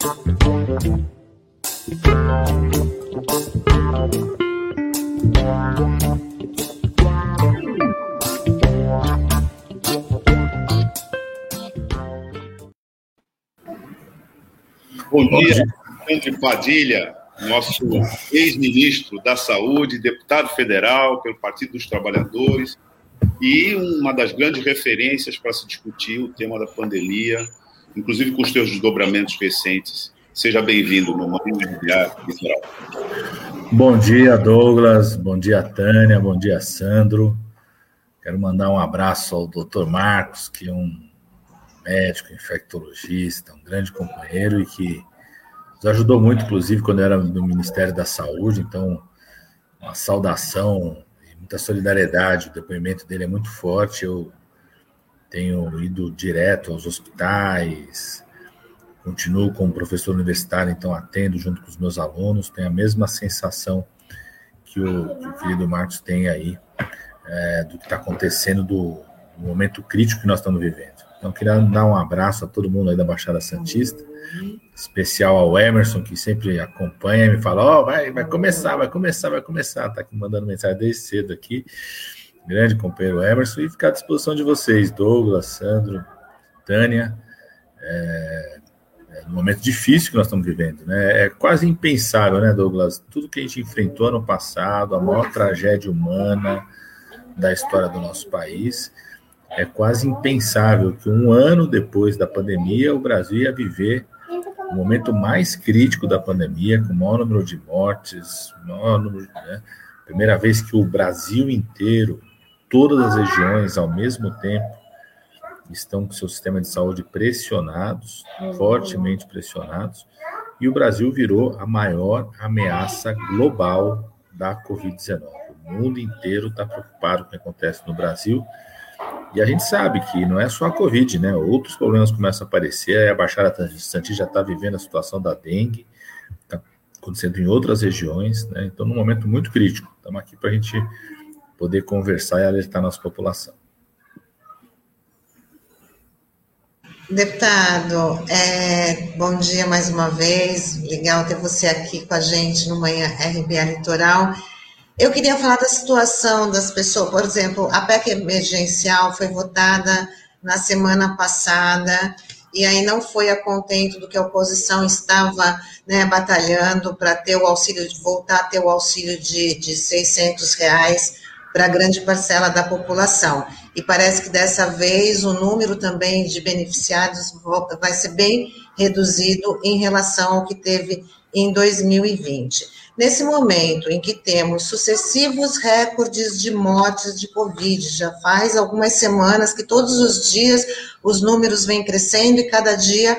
Bom dia, Alexandre Padilha, nosso ex-ministro da Saúde, deputado federal pelo Partido dos Trabalhadores e uma das grandes referências para se discutir o tema da pandemia, inclusive com os seus desdobramentos recentes. Seja bem-vindo, meu marido literal. Bom dia, Douglas. Bom dia, Tânia. Bom dia, Sandro. Quero mandar um abraço ao Dr. Marcos, que é um médico, infectologista, um grande companheiro e que nos ajudou muito, inclusive, quando eu era no Ministério da Saúde. Então, uma saudação e muita solidariedade. O depoimento dele é muito forte. Eu tenho ido direto aos hospitais, continuo como professor universitário, então atendo junto com os meus alunos, tenho a mesma sensação que o querido Marcos tem aí, do que está acontecendo, do momento crítico que nós estamos vivendo. Então, queria dar um abraço a todo mundo aí da Baixada Santista, especial ao Emerson, que sempre acompanha e me fala, vai começar, está aqui mandando mensagem desde cedo aqui, grande companheiro Emerson, e ficar à disposição de vocês, Douglas, Sandro, Tânia, no momento difícil que nós estamos vivendo, né? É quase impensável, né, Douglas? Tudo que a gente enfrentou ano passado, a maior tragédia humana da história do nosso país, é quase impensável que um ano depois da pandemia o Brasil ia viver o momento mais crítico da pandemia, com o maior número de mortes, primeira vez que o Brasil inteiro, todas as regiões ao mesmo tempo, estão com seu sistema de saúde pressionados, fortemente pressionados, e o Brasil virou a maior ameaça global da Covid-19. O mundo inteiro está preocupado com o que acontece no Brasil, e a gente sabe que não é só a Covid, né? Outros problemas começam a aparecer, a Baixada Santista já está vivendo a situação da dengue, está acontecendo em outras regiões, né? Então, num momento muito crítico, estamos aqui para a gente poder conversar e alertar a nossa população. Deputado, bom dia mais uma vez, legal ter você aqui com a gente no Manhã RBA Litoral. Eu queria falar da situação das pessoas, por exemplo, a PEC emergencial foi votada na semana passada e aí não foi a contento do que a oposição estava, né, batalhando para ter o auxílio, voltar a ter o auxílio de R$600 para a grande parcela da população. E parece que dessa vez o número também de beneficiados vai ser bem reduzido em relação ao que teve em 2020. Nesse momento em que temos sucessivos recordes de mortes de Covid, já faz algumas semanas que todos os dias os números vêm crescendo e cada dia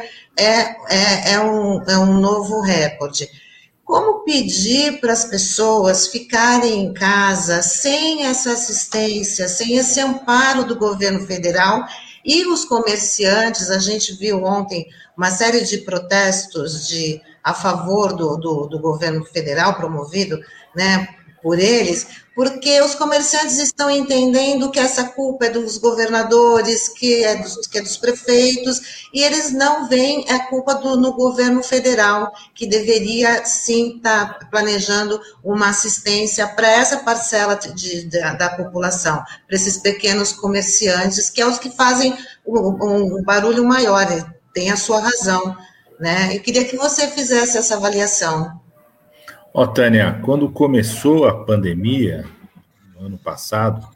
é um novo recorde. Como pedir para as pessoas ficarem em casa sem essa assistência, sem esse amparo do governo federal? E os comerciantes, a gente viu ontem uma série de protestos a favor do governo federal, promovido, né, por eles, porque os comerciantes estão entendendo que essa culpa é dos governadores, que é dos prefeitos, e eles não veem a culpa no governo federal, que deveria, sim, estar planejando uma assistência para essa parcela da população, para esses pequenos comerciantes, que é os que fazem um barulho maior, tem a sua razão, né? Eu queria que você fizesse essa avaliação. Tânia, quando começou a pandemia, no ano passado,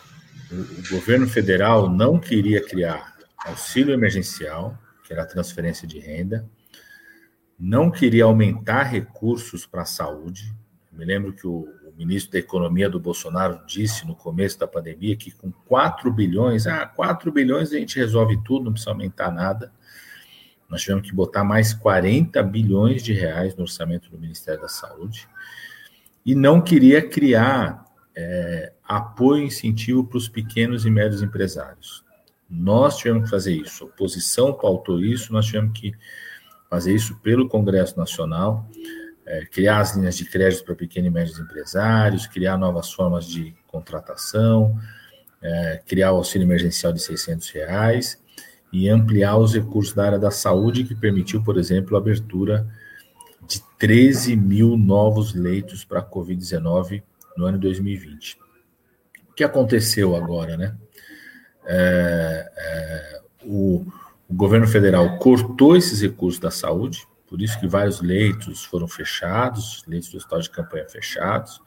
o governo federal não queria criar auxílio emergencial, que era a transferência de renda, não queria aumentar recursos para a saúde. Eu me lembro que o ministro da Economia do Bolsonaro disse no começo da pandemia que com 4 bilhões a gente resolve tudo, não precisa aumentar nada. Nós tivemos que botar mais 40 bilhões de reais no orçamento do Ministério da Saúde e não queria criar apoio e incentivo para os pequenos e médios empresários. Nós tivemos que fazer isso, a oposição pautou isso, nós tivemos que fazer isso pelo Congresso Nacional, criar as linhas de crédito para pequenos e médios empresários, criar novas formas de contratação, criar o auxílio emergencial de R$600, e ampliar os recursos da área da saúde, que permitiu, por exemplo, a abertura de 13 mil novos leitos para a Covid-19 no ano 2020. O que aconteceu agora, né? O governo federal cortou esses recursos da saúde, por isso que vários leitos foram fechados, leitos do hospital de campanha fechados,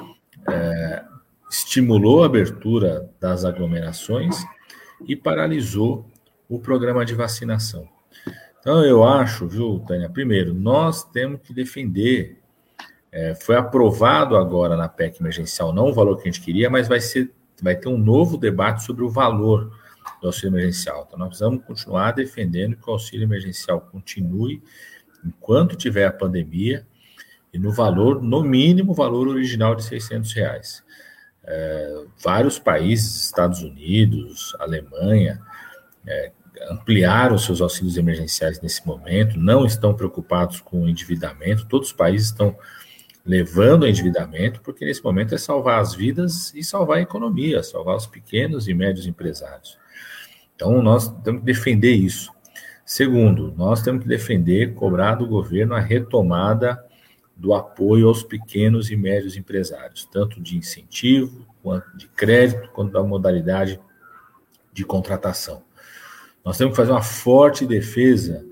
estimulou a abertura das aglomerações e paralisou o programa de vacinação. Então, eu acho, viu, Tânia, primeiro, nós temos que defender, foi aprovado agora na PEC emergencial, não o valor que a gente queria, mas vai ter um novo debate sobre o valor do auxílio emergencial. Então, nós precisamos continuar defendendo que o auxílio emergencial continue enquanto tiver a pandemia e no valor, no mínimo, valor original de R$600. Vários países, Estados Unidos, Alemanha, ampliaram seus auxílios emergenciais nesse momento, não estão preocupados com o endividamento, todos os países estão levando ao endividamento, porque nesse momento é salvar as vidas e salvar a economia, salvar os pequenos e médios empresários. Então, nós temos que defender isso. Segundo, nós temos que defender, cobrar do governo a retomada do apoio aos pequenos e médios empresários, tanto de incentivo, quanto de crédito, quanto da modalidade de contratação. Nós temos que fazer uma forte defesa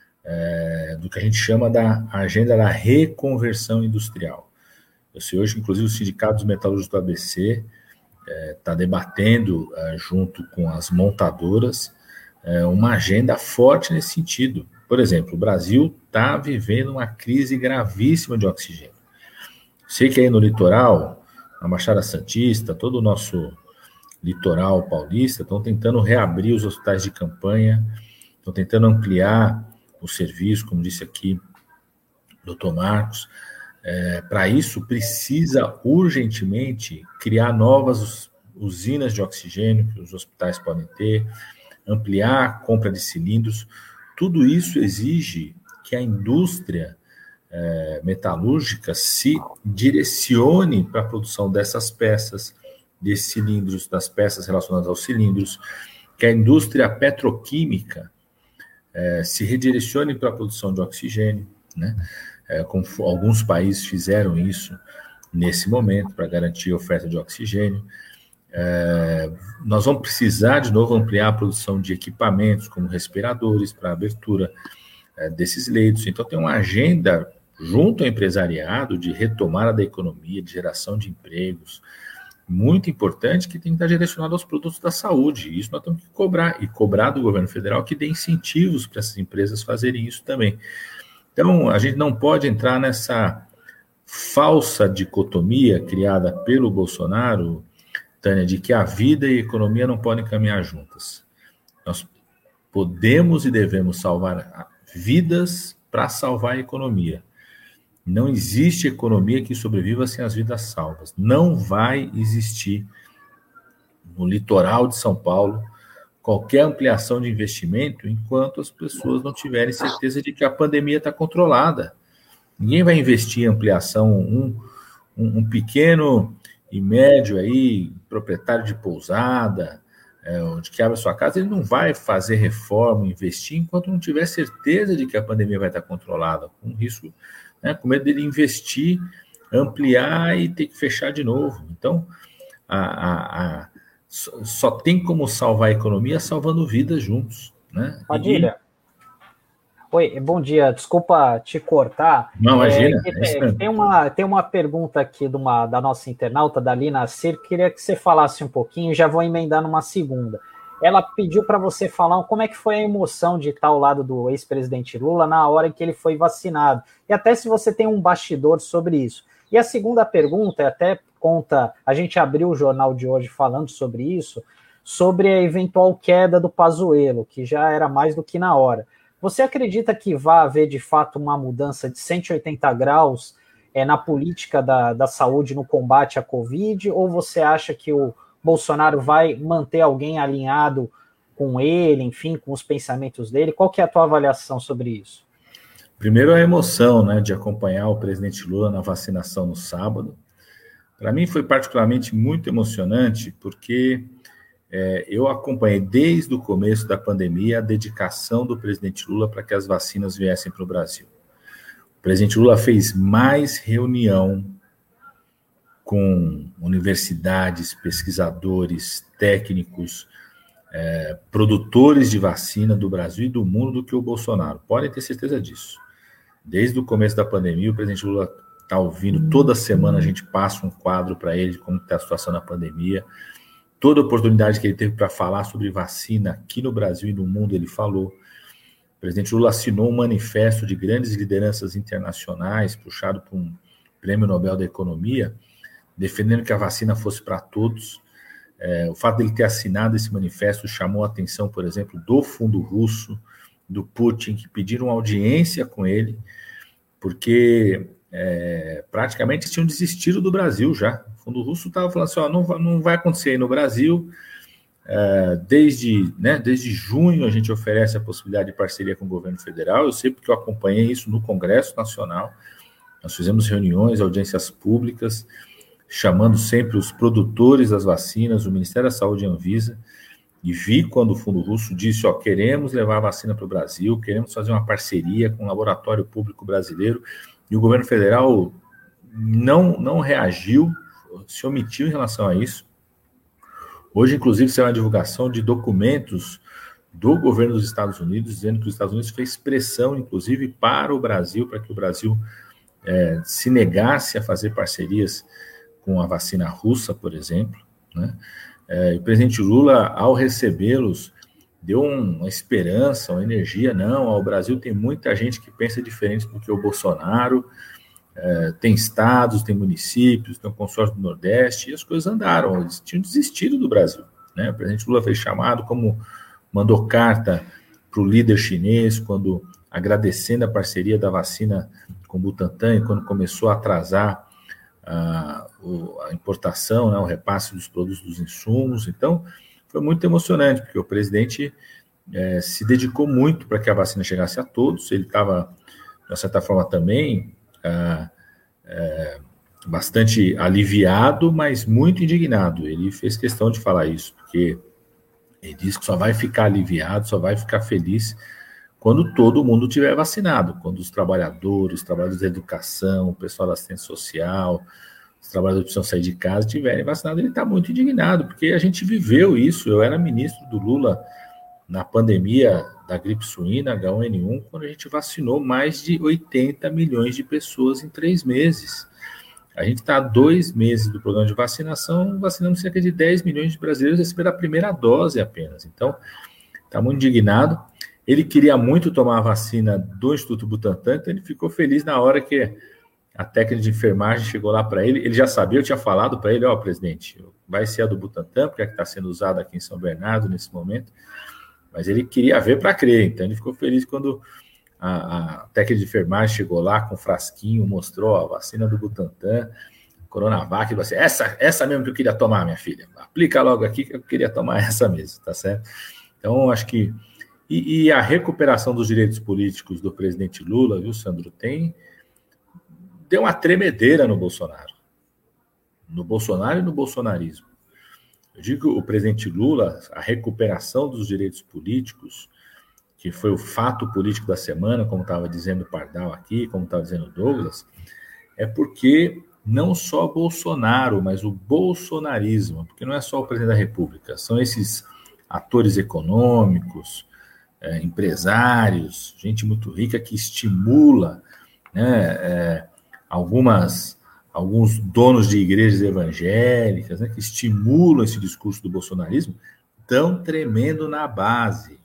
do que a gente chama da agenda da reconversão industrial. Eu sei hoje, inclusive, o Sindicato dos Metalúrgicos do ABC está debatendo, junto com as montadoras, uma agenda forte nesse sentido. Por exemplo, o Brasil está vivendo uma crise gravíssima de oxigênio. Sei que aí no litoral, na Baixada Santista, todo o nosso litoral paulista estão tentando reabrir os hospitais de campanha, estão tentando ampliar o serviço, como disse aqui o Dr. Marcos. Para isso, precisa urgentemente criar novas usinas de oxigênio que os hospitais podem ter, ampliar a compra de cilindros. Tudo isso exige que a indústria metalúrgica se direcione para a produção dessas peças, desses cilindros, das peças relacionadas aos cilindros, que a indústria petroquímica se redirecione para a produção de oxigênio, né? Como alguns países fizeram isso nesse momento, para garantir a oferta de oxigênio. Nós vamos precisar, de novo, ampliar a produção de equipamentos, como respiradores, para a abertura desses leitos. Então, tem uma agenda junto ao empresariado de retomada da economia, de geração de empregos, muito importante, que tem que estar direcionado aos produtos da saúde. Isso nós temos que cobrar, e cobrar do governo federal que dê incentivos para essas empresas fazerem isso também. Então, a gente não pode entrar nessa falsa dicotomia criada pelo Bolsonaro, Tânia, de que a vida e a economia não podem caminhar juntas. Nós podemos e devemos salvar vidas para salvar a economia. Não existe economia que sobreviva sem as vidas salvas. Não vai existir no litoral de São Paulo qualquer ampliação de investimento enquanto as pessoas não tiverem certeza de que a pandemia está controlada. Ninguém vai investir em ampliação. Um pequeno e médio aí, proprietário de pousada, onde que abre a sua casa, ele não vai fazer reforma, investir, enquanto não tiver certeza de que a pandemia vai estar controlada, com risco, né, com medo dele investir, ampliar e ter que fechar de novo. Então, só tem como salvar a economia salvando vidas juntos, né? Padilha. Oi, bom dia, desculpa te cortar. Não, imagina. Tem uma pergunta aqui da nossa internauta, da Lina Cir, queria que você falasse um pouquinho, já vou emendar numa segunda. Ela pediu para você falar como é que foi a emoção de estar ao lado do ex-presidente Lula na hora em que ele foi vacinado, e até se você tem um bastidor sobre isso. E a segunda pergunta, até conta, a gente abriu o jornal de hoje falando sobre isso, sobre a eventual queda do Pazuello, que já era mais do que na hora. Você acredita que vai haver, de fato, uma mudança de 180 graus na política da saúde no combate à Covid, ou você acha que o Bolsonaro vai manter alguém alinhado com ele, enfim, com os pensamentos dele? Qual que é a tua avaliação sobre isso? Primeiro, a emoção, né, de acompanhar o presidente Lula na vacinação no sábado. Para mim foi particularmente muito emocionante, porque eu acompanhei desde o começo da pandemia a dedicação do presidente Lula para que as vacinas viessem para o Brasil. O presidente Lula fez mais reunião com universidades, pesquisadores, técnicos, produtores de vacina do Brasil e do mundo do que o Bolsonaro. Podem ter certeza disso. Desde o começo da pandemia, o presidente Lula está ouvindo, toda semana a gente passa um quadro para ele de como está a situação na pandemia. Toda oportunidade que ele teve para falar sobre vacina aqui no Brasil e no mundo, ele falou. O presidente Lula assinou um manifesto de grandes lideranças internacionais, puxado por um prêmio Nobel da Economia, defendendo que a vacina fosse para todos. O fato dele ter assinado esse manifesto chamou a atenção, por exemplo, do fundo russo, do Putin, que pediram audiência com ele, porque praticamente tinham desistido do Brasil já. O fundo russo estava falando assim, não vai acontecer aí no Brasil. Desde junho a gente oferece a possibilidade de parceria com o governo federal. Eu sei porque eu acompanhei isso no Congresso Nacional. Nós fizemos reuniões, audiências públicas, chamando sempre os produtores das vacinas, o Ministério da Saúde e a Anvisa, e vi quando o fundo russo disse, queremos levar a vacina para o Brasil, queremos fazer uma parceria com o laboratório público brasileiro, e o governo federal não reagiu, se omitiu em relação a isso. Hoje, inclusive, saiu uma divulgação de documentos do governo dos Estados Unidos, dizendo que os Estados Unidos fez pressão, inclusive, para o Brasil, para que o Brasil se negasse a fazer parcerias com a vacina russa, por exemplo, né? O presidente Lula, ao recebê-los, deu uma esperança, uma energia. Não, o Brasil tem muita gente que pensa diferente do que o Bolsonaro, tem estados, tem municípios, tem o consórcio do Nordeste, e as coisas andaram, eles tinham desistido do Brasil, né? O presidente Lula fez chamado, como mandou carta para o líder chinês, quando agradecendo a parceria da vacina com o Butantan, e quando começou a atrasar a importação, né, o repasse dos produtos, dos insumos. Então, foi muito emocionante, porque o presidente se dedicou muito para que a vacina chegasse a todos. Ele estava, de certa forma, também bastante aliviado, mas muito indignado. Ele fez questão de falar isso, porque ele disse que só vai ficar aliviado, só vai ficar feliz quando todo mundo tiver vacinado, quando os trabalhadores da educação, o pessoal da assistência social, os trabalhadores que precisam sair de casa tiverem vacinado. Ele está muito indignado, porque a gente viveu isso. Eu era ministro do Lula na pandemia da gripe suína, H1N1, quando a gente vacinou mais de 80 milhões de pessoas em 3 meses. A gente está há 2 meses do programa de vacinação, vacinando cerca de 10 milhões de brasileiros a receber a primeira dose apenas. Então, está muito indignado. Ele queria muito tomar a vacina do Instituto Butantan, então ele ficou feliz na hora que a técnica de enfermagem chegou lá para ele. Ele já sabia, eu tinha falado para ele, presidente, vai ser a do Butantan, porque é que está sendo usada aqui em São Bernardo nesse momento, mas ele queria ver para crer, então ele ficou feliz quando a técnica de enfermagem chegou lá com um frasquinho, mostrou a vacina do Butantan, Coronavac, você, essa mesmo que eu queria tomar, minha filha, aplica logo aqui que eu queria tomar essa mesmo, tá certo? Então, acho que e a recuperação dos direitos políticos do presidente Lula, viu, Sandro, deu uma tremedeira no Bolsonaro e no bolsonarismo. Eu digo que o presidente Lula, a recuperação dos direitos políticos, que foi o fato político da semana, como estava dizendo o Pardal aqui, como estava dizendo o Douglas, é porque não só Bolsonaro, mas o bolsonarismo, porque não é só o presidente da República, são esses atores econômicos, empresários, gente muito rica que estimula, né, alguns donos de igrejas evangélicas, né, que estimulam esse discurso do bolsonarismo, estão tremendo na base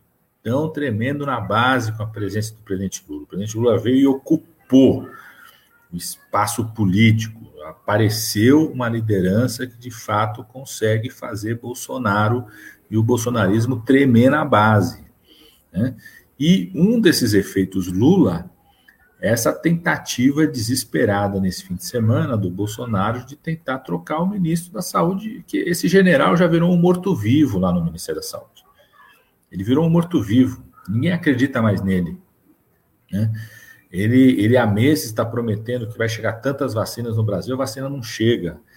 com a presença do presidente Lula. O presidente Lula veio e ocupou o espaço político, apareceu uma liderança que de fato consegue fazer Bolsonaro e o bolsonarismo tremer na base, né? E um desses efeitos Lula é essa tentativa desesperada nesse fim de semana do Bolsonaro de tentar trocar o ministro da Saúde, que esse general já virou um morto-vivo lá no Ministério da Saúde. Ele virou um morto-vivo, ninguém acredita mais nele, né? Ele há meses está prometendo que vai chegar tantas vacinas no Brasil, a vacina não chega.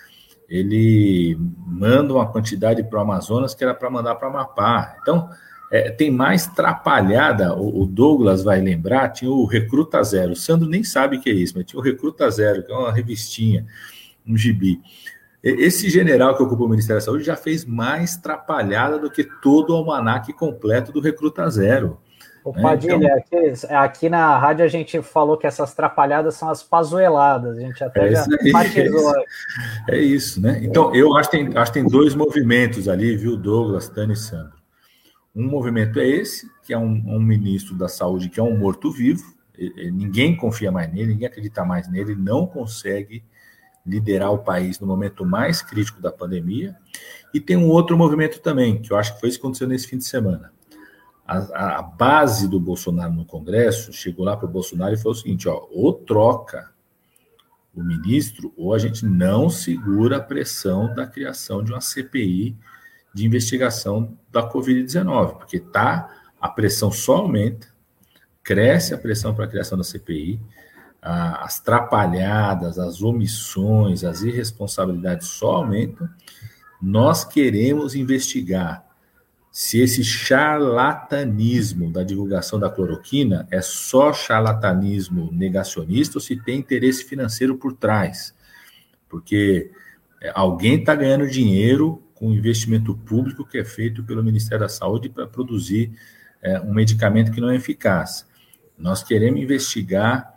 ele manda uma quantidade para o Amazonas que era para mandar para o Amapá. Então, tem mais trapalhada. O Douglas vai lembrar, tinha o Recruta Zero. O Sandro nem sabe o que é isso, mas tinha o Recruta Zero, que é uma revistinha, um gibi. Esse general que ocupa o Ministério da Saúde já fez mais trapalhada do que todo o almanaque completo do Recruta Zero. O Padilha, então, aqui na rádio a gente falou que essas trapalhadas são as pazueladas, a gente até já batizou. É isso, né? Então, eu acho que tem dois movimentos ali, viu, Douglas, Tânia e Sandro. Um movimento é esse, que é um ministro da Saúde que é um morto-vivo, ninguém confia mais nele, ninguém acredita mais nele, ele não consegue liderar o país no momento mais crítico da pandemia. E tem um outro movimento também, que eu acho que foi isso que aconteceu nesse fim de semana. A base do Bolsonaro no Congresso chegou lá para o Bolsonaro e falou o seguinte, ou troca o ministro, ou a gente não segura a pressão da criação de uma CPI de investigação da Covid-19, porque a pressão só aumenta, cresce a pressão para a criação da CPI, as trapalhadas, as omissões, as irresponsabilidades só aumentam. Nós queremos investigar se esse charlatanismo da divulgação da cloroquina é só charlatanismo negacionista ou se tem interesse financeiro por trás. Porque alguém está ganhando dinheiro com o investimento público que é feito pelo Ministério da Saúde para produzir um medicamento que não é eficaz. Nós queremos investigar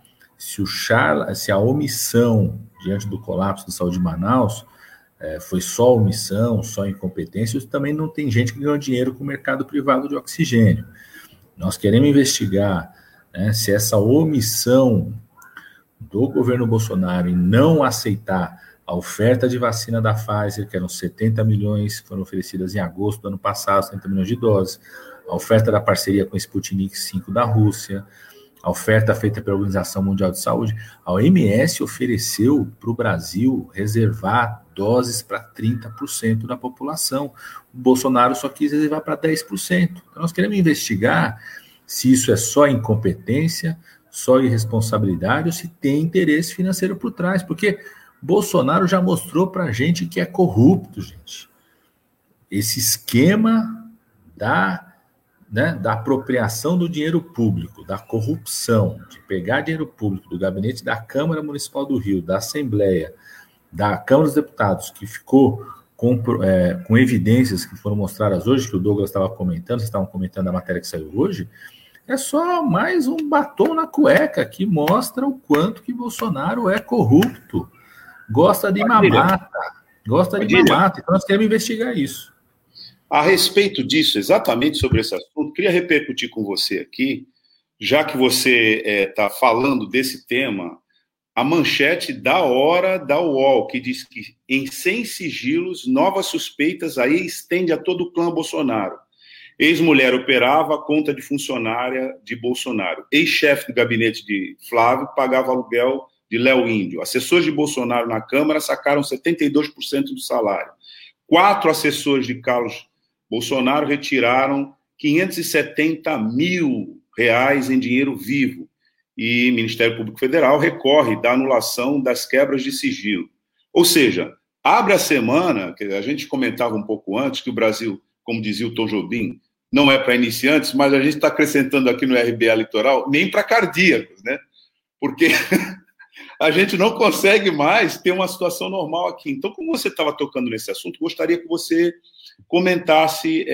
se a omissão diante do colapso da saúde de Manaus foi só omissão, só incompetência, ou também não tem gente que ganhou dinheiro com o mercado privado de oxigênio. Nós queremos investigar se essa omissão do governo Bolsonaro em não aceitar a oferta de vacina da Pfizer, que eram 70 milhões, que foram oferecidas em agosto do ano passado, 70 milhões de doses, a oferta da parceria com a Sputnik V da Rússia, a oferta feita pela Organização Mundial de Saúde, a OMS ofereceu para o Brasil reservar doses para 30% da população. O Bolsonaro só quis reservar para 10%. Então, nós queremos investigar se isso é só incompetência, só irresponsabilidade, ou se tem interesse financeiro por trás, porque Bolsonaro já mostrou para a gente que é corrupto, gente. Esse esquema da apropriação do dinheiro público, da corrupção, de pegar dinheiro público do gabinete da Câmara Municipal do Rio, da Assembleia, da Câmara dos Deputados, que ficou com evidências que foram mostradas hoje, que o Douglas estava comentando, vocês estavam comentando a matéria que saiu hoje, é só mais um batom na cueca que mostra o quanto que Bolsonaro é corrupto. Gosta de mamata. Então nós queremos investigar isso. A respeito disso, exatamente sobre esse assunto, queria repercutir com você aqui, já que você está falando desse tema, a manchete da hora da UOL, que diz que em 100 sigilos, novas suspeitas aí estende a todo o clã Bolsonaro. Ex-mulher operava a conta de funcionária de Bolsonaro. Ex-chefe do gabinete de Flávio pagava aluguel de Léo Índio. Assessores de Bolsonaro na Câmara sacaram 72% do salário. 4 assessores de Carlos Bolsonaro retiraram 570 mil reais em dinheiro vivo. E o Ministério Público Federal recorre da anulação das quebras de sigilo. Ou seja, abre a semana, que a gente comentava um pouco antes, que o Brasil, como dizia o Tom Jobim, não é para iniciantes, mas a gente está acrescentando aqui no RBA Litoral, nem para cardíacos, né? Porque a gente não consegue mais ter uma situação normal aqui. Então, como você estava tocando nesse assunto, gostaria que você comentasse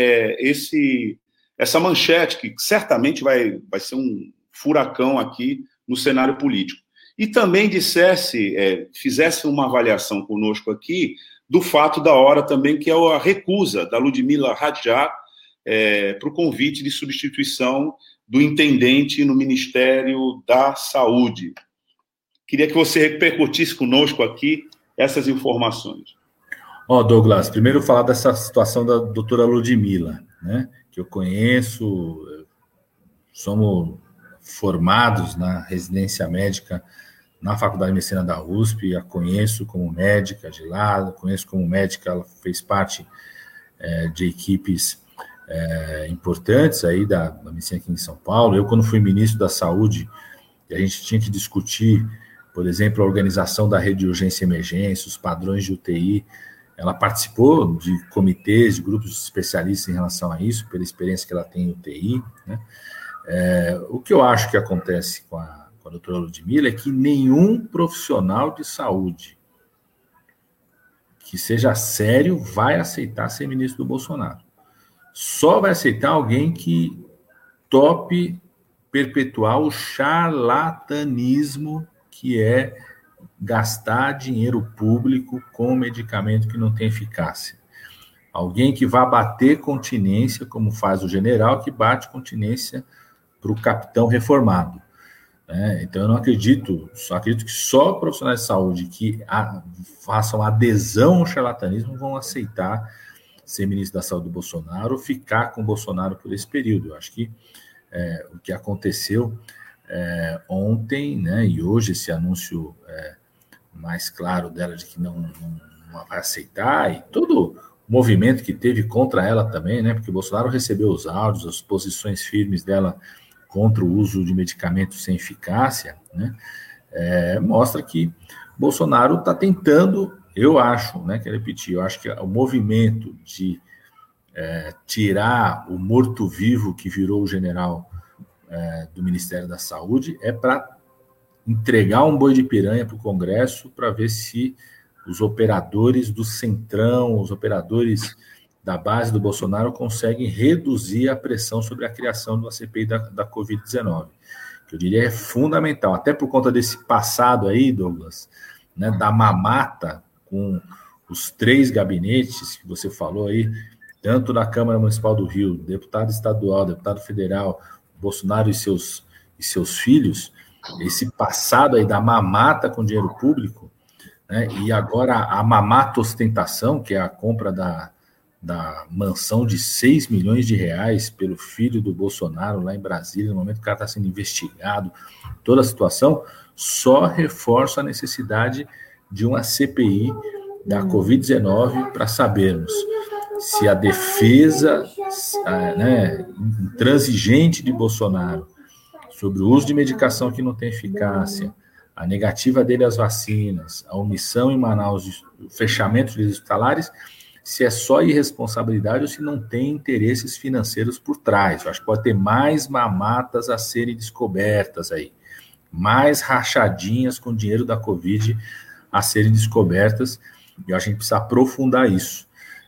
essa manchete, que certamente vai ser um furacão aqui no cenário político. E também fizesse uma avaliação conosco aqui do fato da hora também, que é a recusa da Ludmila Hadjar para o convite de substituição do intendente no Ministério da Saúde. Queria que você repercutisse conosco aqui essas informações. Douglas, primeiro falar dessa situação da doutora Ludmila, né, que eu conheço, somos formados na residência médica na Faculdade de Medicina da USP, a conheço como médica de lá, conheço como médica, ela fez parte de equipes importantes aí da medicina aqui em São Paulo. Eu, quando fui ministro da Saúde, a gente tinha que discutir por exemplo, a organização da rede de urgência e emergência, os padrões de UTI. Ela participou de comitês, de grupos de especialistas em relação a isso, pela experiência que ela tem em UTI, né? O que eu acho que acontece com a doutora Ludmila é que nenhum profissional de saúde que seja sério vai aceitar ser ministro do Bolsonaro. Só vai aceitar alguém que tope perpetuar o charlatanismo que é gastar dinheiro público com medicamento que não tem eficácia. Alguém que vá bater continência, como faz o general, que bate continência para o capitão reformado. Então, eu não acredito, só acredito que só profissionais de saúde que façam adesão ao charlatanismo vão aceitar ser ministro da Saúde do Bolsonaro ou ficar com o Bolsonaro por esse período. Eu acho que o que aconteceu ontem, né, e hoje esse anúncio mais claro dela de que não vai aceitar, e todo o movimento que teve contra ela também, né, porque o Bolsonaro recebeu os áudios, as posições firmes dela contra o uso de medicamentos sem eficácia, né, mostra que Bolsonaro está tentando, eu acho, né, quero repetir, eu acho que o movimento de tirar o morto-vivo que virou o general do Ministério da Saúde é para entregar um boi de piranha para o Congresso para ver se os operadores do Centrão, os operadores da base do Bolsonaro conseguem reduzir a pressão sobre a criação de uma CPI da Covid-19, que eu diria é fundamental, até por conta desse passado aí, Douglas, né, da mamata com os 3 gabinetes que você falou aí, tanto na Câmara Municipal do Rio, deputado estadual, deputado federal, Bolsonaro e seus filhos, esse passado aí da mamata com dinheiro público, né, e agora a mamata ostentação, que é a compra da mansão de 6 milhões de reais pelo filho do Bolsonaro lá em Brasília, no momento que o cara está sendo investigado, toda a situação, só reforça a necessidade de uma CPI da Covid-19 para sabermos se a defesa intransigente de Bolsonaro sobre o uso de medicação que não tem eficácia, a negativa dele às vacinas, a omissão em Manaus, o fechamento de hospitalares, se é só irresponsabilidade ou se não tem interesses financeiros por trás. Eu acho que pode ter mais mamatas a serem descobertas aí, mais rachadinhas com dinheiro da Covid a serem descobertas, e eu acho que a gente precisa aprofundar isso.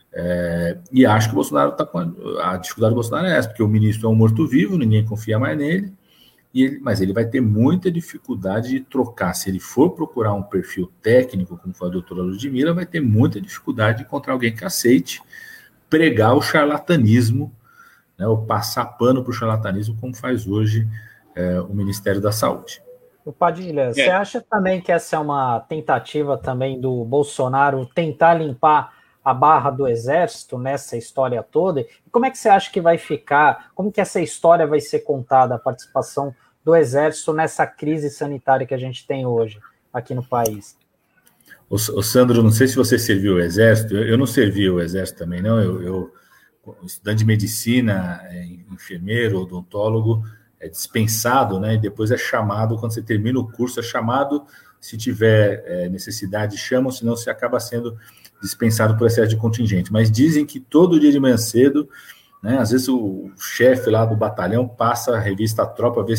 E acho que o Bolsonaro está com a dificuldade do Bolsonaro é essa, porque o ministro é um morto-vivo, ninguém confia mais nele, mas ele vai ter muita dificuldade de trocar. Se ele for procurar um perfil técnico, como foi a doutora Ludmila, vai ter muita dificuldade de encontrar alguém que aceite pregar o charlatanismo, né, ou passar pano para o charlatanismo, como faz hoje o Ministério da Saúde. O Padilha, você acha também que essa é uma tentativa também do Bolsonaro tentar limpar a barra do Exército nessa história toda? E como é que você acha que vai ficar, como que essa história vai ser contada, a participação do Exército nessa crise sanitária que a gente tem hoje aqui no país? O Sandro, não sei se você serviu o Exército, eu não servi o Exército também, não, eu estudante de medicina, enfermeiro, odontólogo, é dispensado, né, e depois é chamado, quando você termina o curso, é chamado, se tiver necessidade, chamam, senão você acaba sendo dispensado por excesso de contingente. Mas dizem que todo dia de manhã cedo, né, às vezes o chefe lá do batalhão passa a revista A Tropa, vê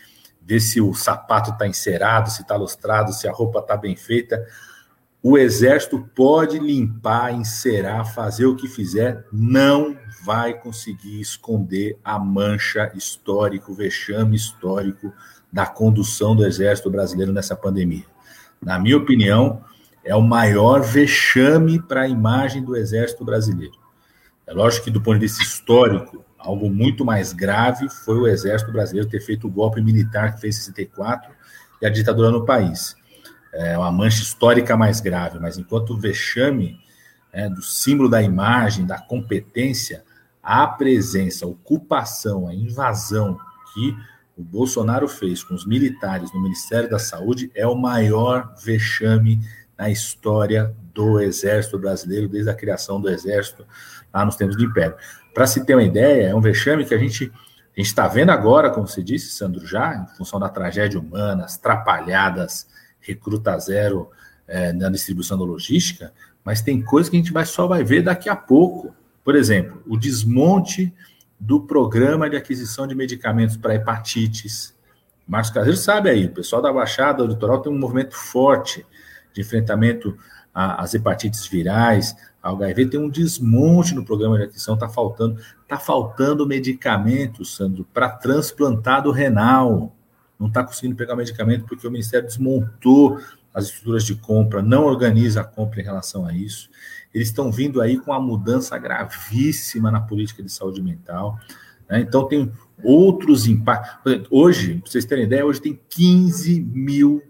se o sapato está encerado, se está lustrado, se a roupa está bem feita. O Exército pode limpar, encerar, fazer o que fizer, não vai conseguir esconder a mancha histórica, o vexame histórico da condução do Exército brasileiro nessa pandemia. Na minha opinião, é o maior vexame para a imagem do Exército brasileiro. É lógico que, do ponto de vista histórico, algo muito mais grave foi o Exército brasileiro ter feito o golpe militar que fez em 64 e a ditadura no país. É uma mancha histórica mais grave, mas enquanto o vexame do símbolo da imagem, da competência, a presença, a ocupação, a invasão que o Bolsonaro fez com os militares no Ministério da Saúde é o maior vexame na história do Exército brasileiro, desde a criação do Exército lá nos tempos do Império. Para se ter uma ideia, é um vexame que a gente está vendo agora, como você disse, Sandro, já, em função da tragédia humana, as trapalhadas recruta zero na distribuição da logística, mas tem coisas que a gente só vai ver daqui a pouco. Por exemplo, o desmonte do programa de aquisição de medicamentos para hepatites. Marcos Caseiro sabe aí, o pessoal da Baixada, do Litoral, tem um movimento forte de enfrentamento às hepatites virais, ao HIV, tem um desmonte no programa de aquisição, está faltando medicamento, Sandro, para transplantado renal. Não está conseguindo pegar medicamento porque o Ministério desmontou as estruturas de compra, não organiza a compra em relação a isso. Eles estão vindo aí com uma mudança gravíssima na política de saúde mental, né? Então tem outros impactos. Hoje, para vocês terem ideia, hoje tem 15 mil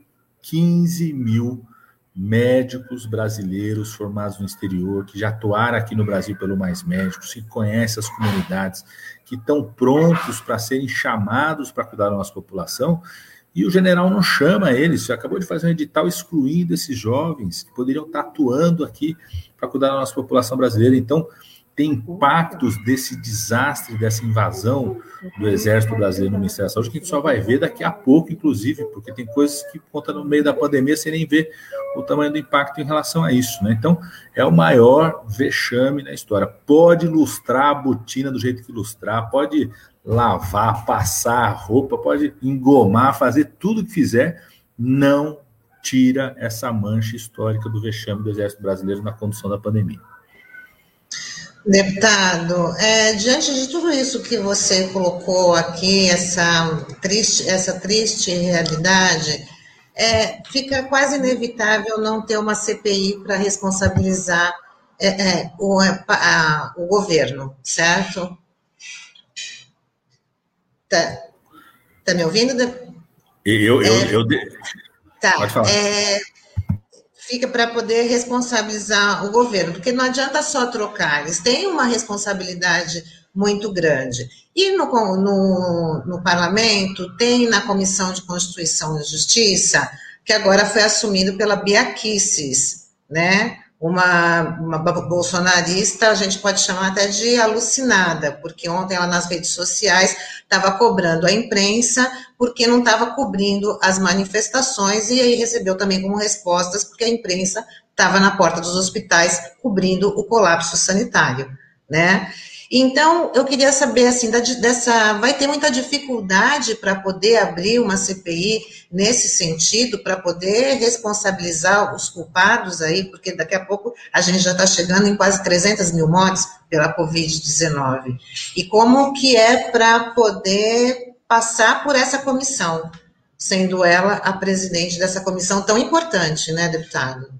médicos brasileiros formados no exterior, que já atuaram aqui no Brasil pelo Mais Médicos, que conhecem as comunidades, que estão prontos para serem chamados para cuidar da nossa população, e o general não chama eles. Você acabou de fazer um edital excluindo esses jovens que poderiam estar atuando aqui para cuidar da nossa população brasileira. Então, tem impactos desse desastre, dessa invasão do Exército Brasileiro no Ministério da Saúde, que a gente só vai ver daqui a pouco, inclusive, porque tem coisas que contam no meio da pandemia sem nem ver o tamanho do impacto em relação a isso, né? Então, é o maior vexame na história. Pode lustrar a botina do jeito que lustrar, pode lavar, passar a roupa, pode engomar, fazer tudo que fizer, não tira essa mancha histórica do vexame do Exército Brasileiro na condução da pandemia. Deputado, diante de tudo isso que você colocou aqui, essa triste realidade, fica quase inevitável não ter uma CPI para responsabilizar o governo, certo? Tá me ouvindo? Tá. Pode falar. Fica para poder responsabilizar o governo, porque não adianta só trocar, eles têm uma responsabilidade muito grande. E no parlamento, tem na Comissão de Constituição e Justiça, que agora foi assumido pela Bia Kicis, né? Uma bolsonarista, a gente pode chamar até de alucinada, porque ontem ela nas redes sociais estava cobrando a imprensa porque não estava cobrindo as manifestações, e aí recebeu também como respostas porque a imprensa estava na porta dos hospitais cobrindo o colapso sanitário, né? Então, eu queria saber, assim, vai ter muita dificuldade para poder abrir uma CPI nesse sentido, para poder responsabilizar os culpados aí, porque daqui a pouco a gente já está chegando em quase 300 mil mortes pela Covid-19. E como que é para poder passar por essa comissão, sendo ela a presidente dessa comissão tão importante, né, deputado?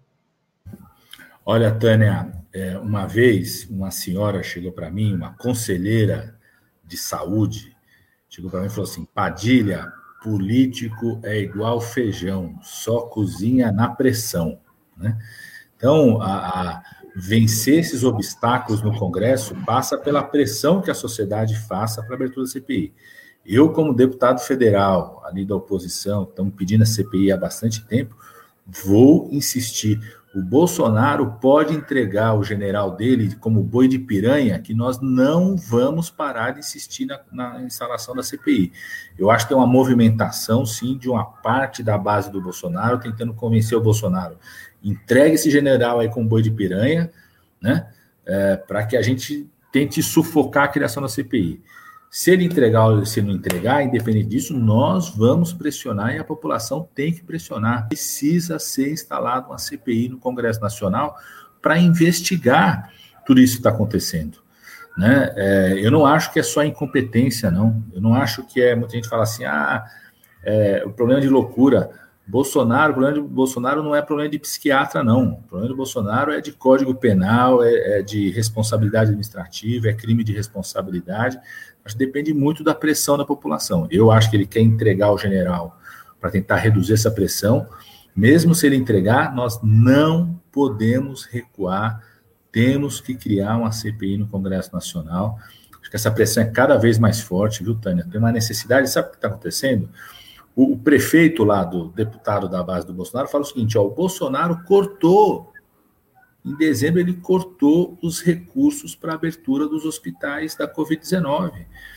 Olha, Tânia, uma vez uma senhora chegou para mim, uma conselheira de saúde, chegou para mim e falou assim: Padilha, político é igual feijão, só cozinha na pressão, né? Então, vencer esses obstáculos no Congresso passa pela pressão que a sociedade faça para a abertura da CPI. Eu, como deputado federal, ali da oposição, estamos pedindo a CPI há bastante tempo, vou insistir. O Bolsonaro pode entregar o general dele como boi de piranha, que nós não vamos parar de insistir na instalação da CPI. Eu acho que tem uma movimentação, sim, de uma parte da base do Bolsonaro, tentando convencer o Bolsonaro. Entregue esse general aí como boi de piranha, né, para que a gente tente sufocar a criação da CPI. Se ele entregar ou se não entregar, independente disso, nós vamos pressionar, e a população tem que pressionar. Precisa ser instalada uma CPI no Congresso Nacional para investigar tudo isso que está acontecendo, né? Eu não acho que é só incompetência, não. Eu não acho que muita gente fala assim, o problema de loucura. O problema de Bolsonaro não é problema de psiquiatra, não. O problema de Bolsonaro é de Código Penal, é de responsabilidade administrativa, é crime de responsabilidade. Mas depende muito da pressão da população. Eu acho que ele quer entregar o general para tentar reduzir essa pressão. Mesmo se ele entregar, nós não podemos recuar. Temos que criar uma CPI no Congresso Nacional. Acho que essa pressão é cada vez mais forte, viu, Tânia? Tem uma necessidade. Sabe o que está acontecendo? O prefeito lá, do deputado da base do Bolsonaro, fala o seguinte: o Bolsonaro cortou, em dezembro ele cortou os recursos para a abertura dos hospitais da Covid-19.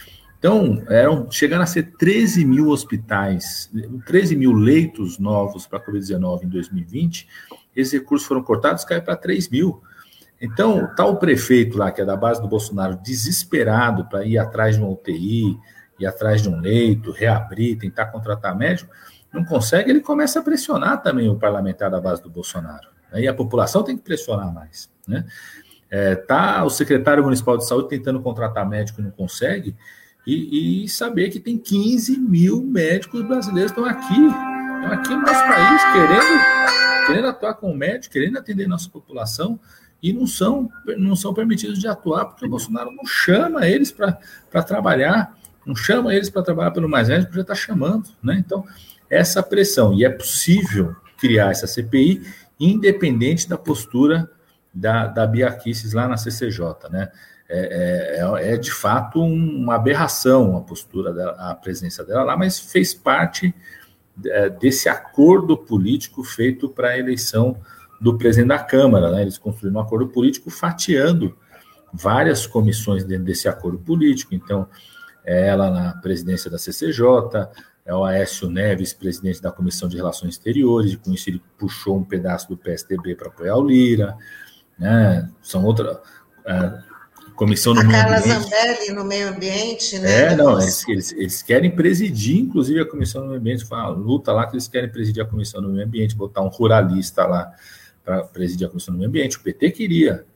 Então, chegaram a ser 13 mil hospitais, 13 mil leitos novos para a Covid-19 em 2020, esses recursos foram cortados, caiu para 3 mil. Então, o prefeito lá, que é da base do Bolsonaro, desesperado para ir atrás de uma UTI, ir atrás de um leito, reabrir, tentar contratar médico, não consegue, ele começa a pressionar também o parlamentar da base do Bolsonaro. Aí a população tem que pressionar mais, né? O secretário municipal de saúde tentando contratar médico e não consegue, e saber que tem 15 mil médicos brasileiros que estão aqui no nosso país, querendo atuar como médico, querendo atender nossa população, e não são permitidos de atuar, porque o Bolsonaro não chama eles para trabalhar, não chama eles para trabalhar pelo Mais Médico, já está chamando, né? Então, essa pressão, e é possível criar essa CPI independente da postura da Bia Kicis lá na CCJ, né? É de fato uma aberração a postura dela, a presença dela lá, mas fez parte desse acordo político feito para a eleição do presidente da Câmara, né? Eles construíram um acordo político fatiando várias comissões dentro desse acordo político. Então, ela na presidência da CCJ, o Aécio Neves, presidente da Comissão de Relações Exteriores, e com isso ele puxou um pedaço do PSDB para apoiar o Lira, né? São outra comissão no meio ambiente. A Carla Zambelli no meio ambiente, né? Eles querem presidir, inclusive, a Comissão do Meio Ambiente. Foi uma luta lá que eles querem presidir a Comissão do Meio Ambiente, botar um ruralista lá para presidir a Comissão do Meio Ambiente. O PT queria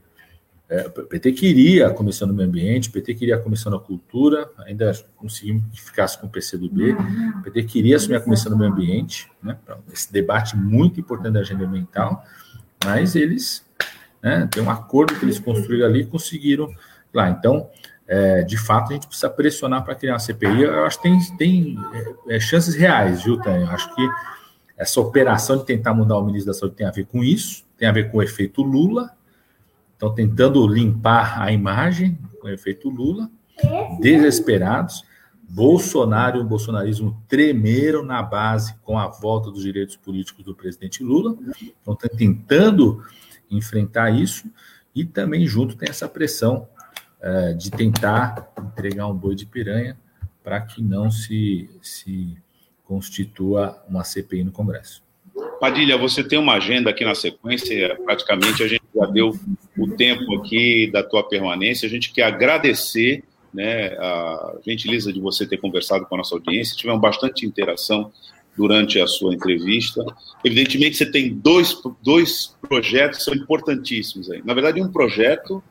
a Comissão do Meio Ambiente, o PT queria a Comissão da Cultura, ainda conseguimos que ficasse com o PCdoB, o PT queria assumir a Comissão do Meio Ambiente, né, esse debate muito importante da agenda ambiental, mas eles, tem um acordo que eles construíram ali e conseguiram lá. Então, de fato, a gente precisa pressionar para criar uma CPI. Eu acho que tem chances reais, viu, Tânia? Eu acho que essa operação de tentar mudar o ministro da Saúde tem a ver com isso, tem a ver com o efeito Lula. Estão tentando limpar a imagem com o efeito Lula, desesperados. Bolsonaro e o bolsonarismo tremeram na base com a volta dos direitos políticos do presidente Lula. Estão tentando enfrentar isso, e também junto tem essa pressão de tentar entregar um boi de piranha para que não se constitua uma CPI no Congresso. Padilha, você tem uma agenda aqui na sequência, praticamente a gente já deu o tempo aqui da tua permanência. A gente quer agradecer, né, a gentileza de você ter conversado com a nossa audiência. Tivemos bastante interação durante a sua entrevista. Evidentemente, você tem dois projetos que são importantíssimos aí. Na verdade, um projeto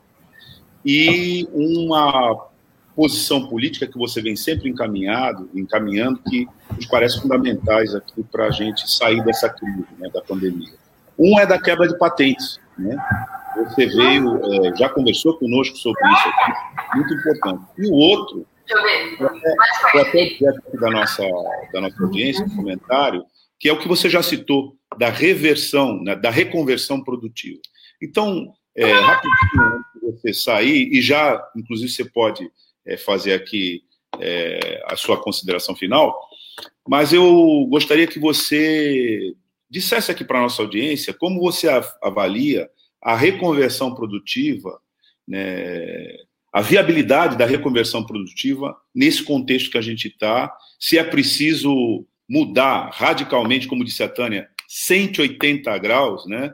e uma posição política que você vem sempre encaminhando, que nos parece fundamentais aqui para a gente sair dessa crise, né, da pandemia. Um é da quebra de patentes, né? Você veio, já conversou conosco sobre isso aqui, muito importante. E o outro, foi até objeto da nossa audiência, um comentário, que é o que você já citou, da reversão, né, da reconversão produtiva. Então, rapidinho, antes de você sair, e já, inclusive, você pode fazer aqui a sua consideração final, mas eu gostaria que você dissesse aqui para a nossa audiência como você avalia a reconversão produtiva, né, a viabilidade da reconversão produtiva nesse contexto que a gente está, se é preciso mudar radicalmente, como disse a Tânia, 180 graus, né,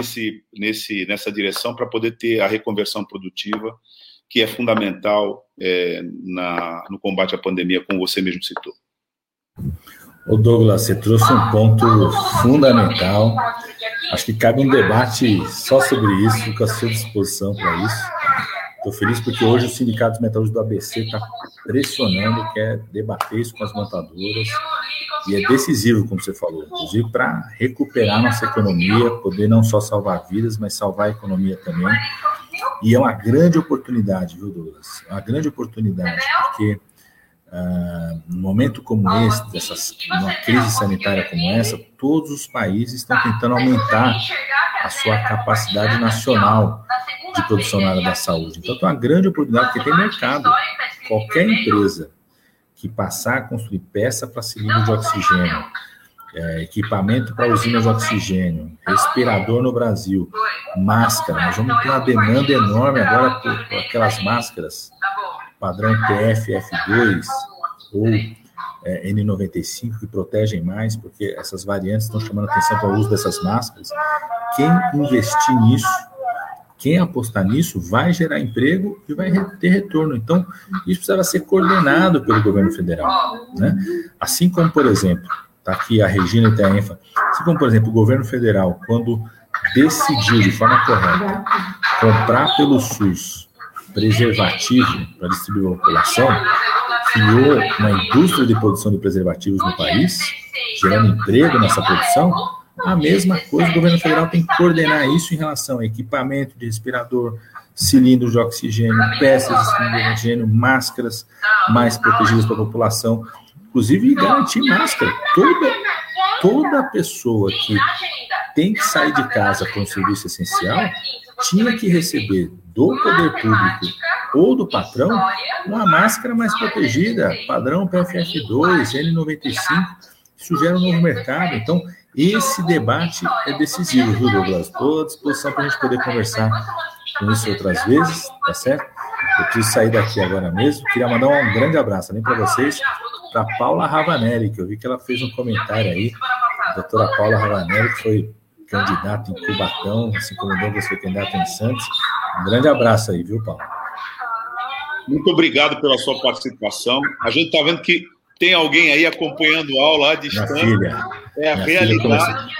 nessa direção para poder ter a reconversão produtiva, que é fundamental no combate à pandemia, como você mesmo citou. Ô Douglas, você trouxe um ponto fundamental. Acho que cabe um debate só sobre isso, fico à sua disposição para isso. Estou feliz porque hoje o Sindicato dos Metalúrgicos do ABC está pressionando, quer debater isso com as montadoras, e é decisivo, como você falou, inclusive para recuperar nossa economia, poder não só salvar vidas, mas salvar a economia também. E é uma grande oportunidade, viu, Douglas? É uma grande oportunidade, porque num momento como esse, numa crise sanitária como essa, todos os países estão tentando aumentar a sua capacidade nacional de produção na área da saúde. Então, tem uma grande oportunidade, porque tem mercado. Qualquer empresa que passar a construir peça para cilindro de oxigênio, equipamento para usina de oxigênio, respirador no Brasil, máscara, nós vamos ter uma demanda enorme agora por aquelas máscaras padrão PFF2 ou N95, que protegem mais, porque essas variantes estão chamando atenção para o uso dessas máscaras. Quem investir nisso, quem apostar nisso, vai gerar emprego e vai ter retorno. Então, isso precisava ser coordenado pelo governo federal, né? Assim como, por exemplo, está aqui a Regina e a ênfase, assim como, por exemplo, o governo federal, quando decidiu de forma correta comprar pelo SUS preservativo para distribuir a população, criou uma indústria de produção de preservativos no país, gerando emprego nessa produção. A mesma coisa, o governo federal tem que coordenar isso em relação a equipamento de respirador, cilindros de oxigênio, peças de cilindro de oxigênio, máscaras mais protegidas para a população, inclusive garantir máscara. Toda pessoa que tem que sair de casa para um serviço essencial tinha que receber do poder público ou do patrão uma máscara mais protegida, padrão PFF2, N95, isso gera um novo mercado. Então, esse debate é decisivo, viu, Douglas? Estou à disposição para a gente poder conversar com isso outras vezes, tá certo? Eu preciso sair daqui agora mesmo. Queria mandar um grande abraço além para vocês, para Paula Ravanelli, que eu vi que ela fez um comentário aí, a doutora Paula Ravanelli, que foi candidata em Cubatão, assim como o Douglas foi candidato em Santos. Um grande abraço aí, viu, Paulo? Muito obrigado pela sua participação. A gente está vendo que tem alguém aí acompanhando a aula à distância. Minha filha. É a realidade.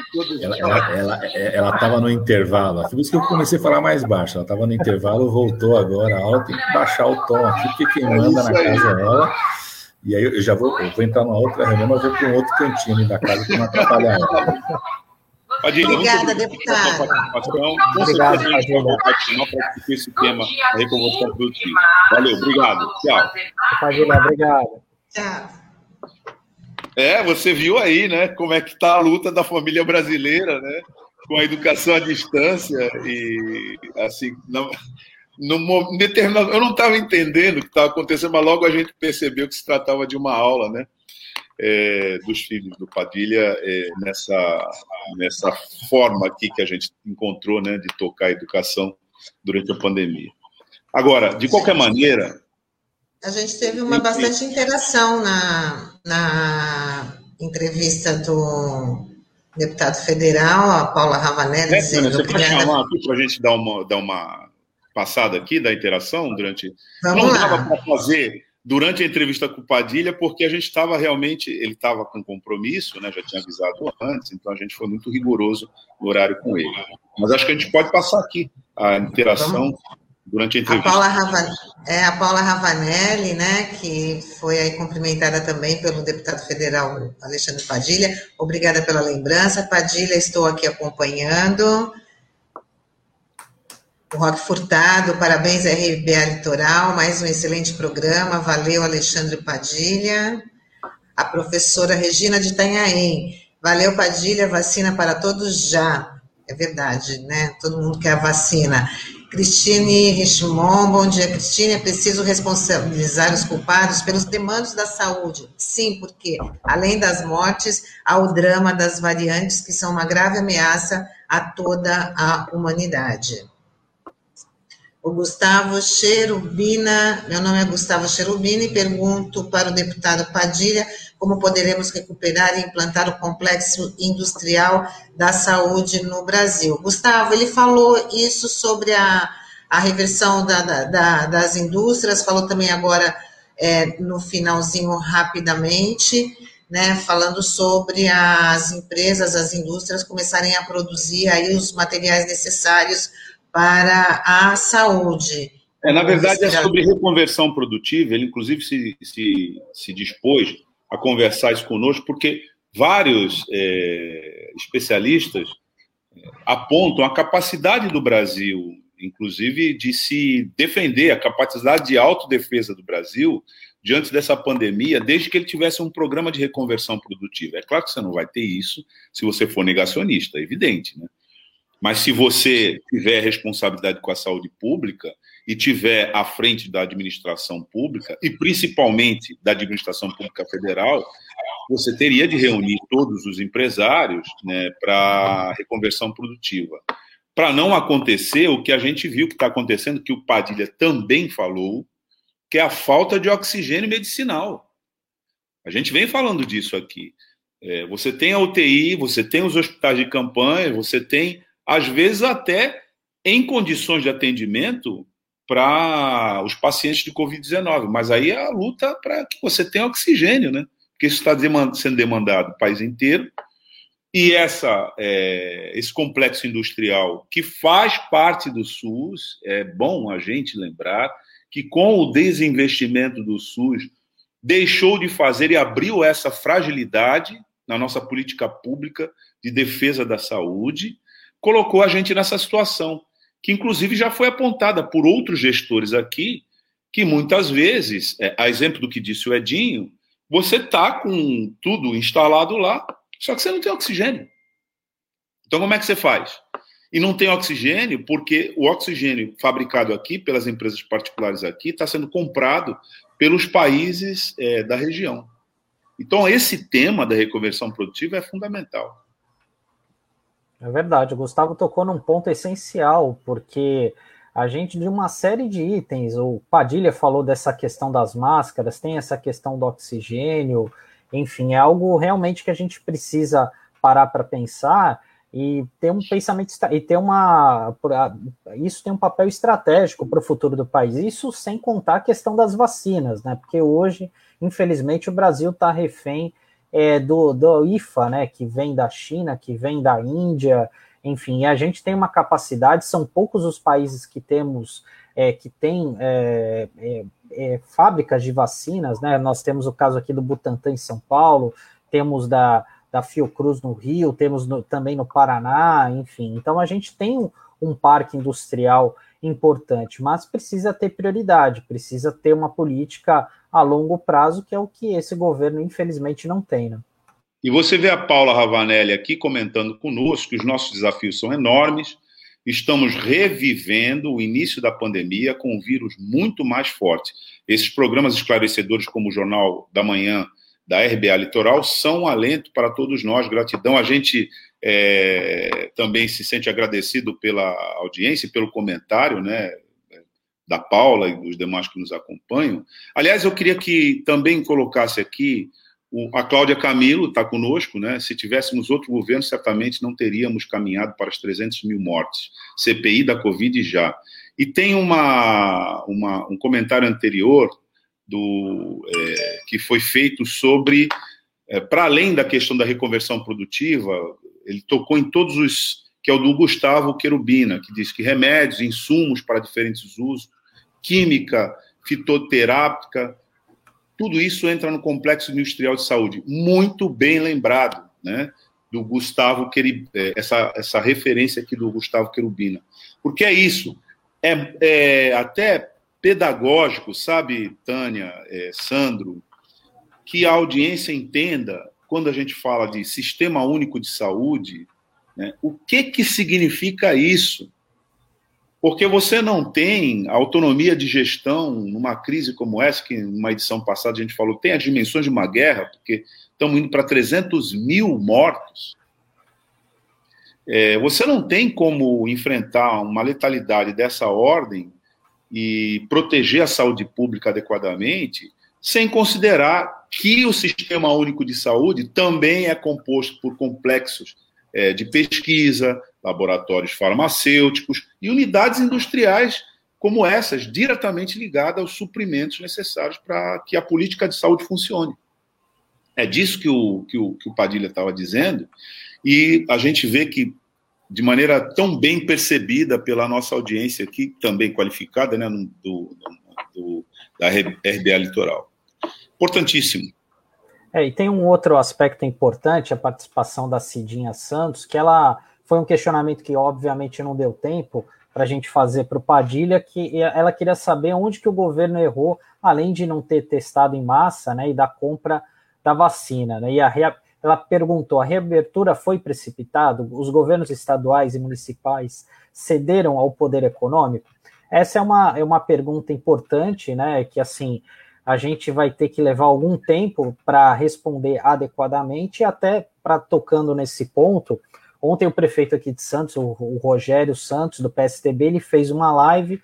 Ela estava no intervalo. Por isso que eu comecei a falar mais baixo. Ela estava no intervalo, voltou agora. A aula tem que baixar o tom aqui, porque quem manda na casa é ela. E aí eu vou entrar numa outra reunião, mas vou para um outro cantinho da casa para não atrapalhar ela. Padilha, obrigada, deputado. Obrigado, Padilha. Para que esse tema aí com você produtivo. Valeu, obrigado. Tchau. Padilha, obrigado. Tchau. Você viu aí, né, como é que está a luta da família brasileira, né, com a educação à distância e, assim, determinado, eu não estava entendendo o que estava acontecendo, mas logo a gente percebeu que se tratava de uma aula, né, dos filhos do Padilha, nessa forma aqui que a gente encontrou, né, de tocar a educação durante a pandemia. Agora, de qualquer maneira... A gente teve bastante interação na entrevista do deputado federal, a Paula Ravanelli, dizendo... Você pode chamar aqui para a gente dar uma passada aqui da interação durante... Vamos Não lá. dava para fazer durante a entrevista com o Padilha, porque a gente estava realmente... Ele estava com compromisso, né? Já tinha avisado antes, então a gente foi muito rigoroso no horário com ele. Mas acho que a gente pode passar aqui a interação... durante a entrevista. A Paula Ravanelli, né, que foi aí cumprimentada também pelo deputado federal Alexandre Padilha. Obrigada pela lembrança. Padilha, estou aqui acompanhando. O Roque Furtado, parabéns, RBA Litoral, mais um excelente programa. Valeu, Alexandre Padilha. A professora Regina de Itanhaém. Valeu, Padilha, vacina para todos já. É verdade, né? Todo mundo quer a vacina. Cristine Richemont, bom dia, Cristine. É preciso responsabilizar os culpados pelos demandos da saúde. Sim, porque, além das mortes, há o drama das variantes, que são uma grave ameaça a toda a humanidade. O Gustavo Cherubina, meu nome é Gustavo Cherubina, e pergunto para o deputado Padilha como poderemos recuperar e implantar o complexo industrial da saúde no Brasil. Gustavo, ele falou isso sobre a reversão das indústrias, falou também agora no finalzinho rapidamente, né, falando sobre as empresas, as indústrias começarem a produzir aí os materiais necessários para a saúde. Na verdade, é sobre reconversão produtiva. Ele, inclusive, se dispôs a conversar isso conosco, porque vários especialistas apontam a capacidade do Brasil, inclusive, de se defender, a capacidade de autodefesa do Brasil diante dessa pandemia, desde que ele tivesse um programa de reconversão produtiva. É claro que você não vai ter isso se você for negacionista, é evidente, né? Mas se você tiver responsabilidade com a saúde pública e tiver à frente da administração pública, e principalmente da administração pública federal, você teria de reunir todos os empresários, né, para reconversão produtiva. Para não acontecer o que a gente viu que está acontecendo, que o Padilha também falou, que é a falta de oxigênio medicinal. A gente vem falando disso aqui. Você tem a UTI, você tem os hospitais de campanha, você tem, às vezes, até em condições de atendimento para os pacientes de Covid-19. Mas aí é a luta para que você tenha oxigênio, né? Porque isso está sendo demandado no país inteiro. E esse complexo industrial que faz parte do SUS, é bom a gente lembrar que com o desinvestimento do SUS, deixou de fazer e abriu essa fragilidade na nossa política pública de defesa da saúde, colocou a gente nessa situação, que inclusive já foi apontada por outros gestores aqui, que muitas vezes, a exemplo do que disse o Edinho, você está com tudo instalado lá, só que você não tem oxigênio. Então, como é que você faz? E não tem oxigênio porque o oxigênio fabricado aqui, pelas empresas particulares aqui, está sendo comprado pelos países da região. Então, esse tema da reconversão produtiva é fundamental. É verdade, o Gustavo tocou num ponto essencial, porque a gente, de uma série de itens, o Padilha falou dessa questão das máscaras, tem essa questão do oxigênio, enfim, é algo realmente que a gente precisa parar para pensar e ter um pensamento, e ter isso tem um papel estratégico para o futuro do país, isso sem contar a questão das vacinas, né, porque hoje, infelizmente, o Brasil está refém do IFA, né, que vem da China, que vem da Índia, enfim, a gente tem uma capacidade, são poucos os países que temos, que têm fábricas de vacinas, né, nós temos o caso aqui do Butantan em São Paulo, temos da Fiocruz no Rio, temos também no Paraná, enfim, então a gente tem um parque industrial importante, mas precisa ter prioridade, precisa ter uma política a longo prazo, que é o que esse governo, infelizmente, não tem, né? E você vê a Paula Ravanelli aqui comentando conosco que os nossos desafios são enormes, estamos revivendo o início da pandemia com um vírus muito mais forte. Esses programas esclarecedores, como o Jornal da Manhã da RBA Litoral, são um alento para todos nós, gratidão. A gente também se sente agradecido pela audiência e pelo comentário, né, da Paula e dos demais que nos acompanham. Aliás, eu queria que também colocasse aqui a Cláudia Camilo, está conosco, né? Se tivéssemos outro governo, certamente não teríamos caminhado para as 300 mil mortes. CPI da Covid já. E tem um comentário anterior que foi feito sobre, para além da questão da reconversão produtiva, ele tocou em todos os, que é o do Gustavo Querubina, que diz que remédios, insumos para diferentes usos, química, fitoterápica, tudo isso entra no complexo industrial de saúde. Muito bem lembrado, né, do Gustavo Querubina, essa referência aqui do Gustavo Querubina. Porque é isso, até pedagógico, sabe, Tânia, Sandro, que a audiência entenda, quando a gente fala de Sistema Único de Saúde, né, o que significa isso? Porque você não tem autonomia de gestão numa crise como essa, que numa edição passada a gente falou, tem as dimensões de uma guerra, porque estamos indo para 300 mil mortos. Você não tem como enfrentar uma letalidade dessa ordem e proteger a saúde pública adequadamente sem considerar que o Sistema Único de Saúde também é composto por complexos de pesquisa, laboratórios farmacêuticos e unidades industriais como essas, diretamente ligadas aos suprimentos necessários para que a política de saúde funcione. É disso que o Padilha estava dizendo, e a gente vê que, de maneira tão bem percebida pela nossa audiência aqui, também qualificada, né, da RBA Litoral. Importantíssimo. E tem um outro aspecto importante, a participação da Cidinha Santos, que ela foi um questionamento que, obviamente, não deu tempo para a gente fazer para o Padilha, que ela queria saber onde que o governo errou, além de não ter testado em massa, né, e da compra da vacina. Né, e ela perguntou, a reabertura foi precipitada? Os governos estaduais e municipais cederam ao poder econômico? Essa é uma pergunta importante, né, que, assim, a gente vai ter que levar algum tempo para responder adequadamente, e até para tocando nesse ponto, ontem o prefeito aqui de Santos, o Rogério Santos, do PSDB, ele fez uma live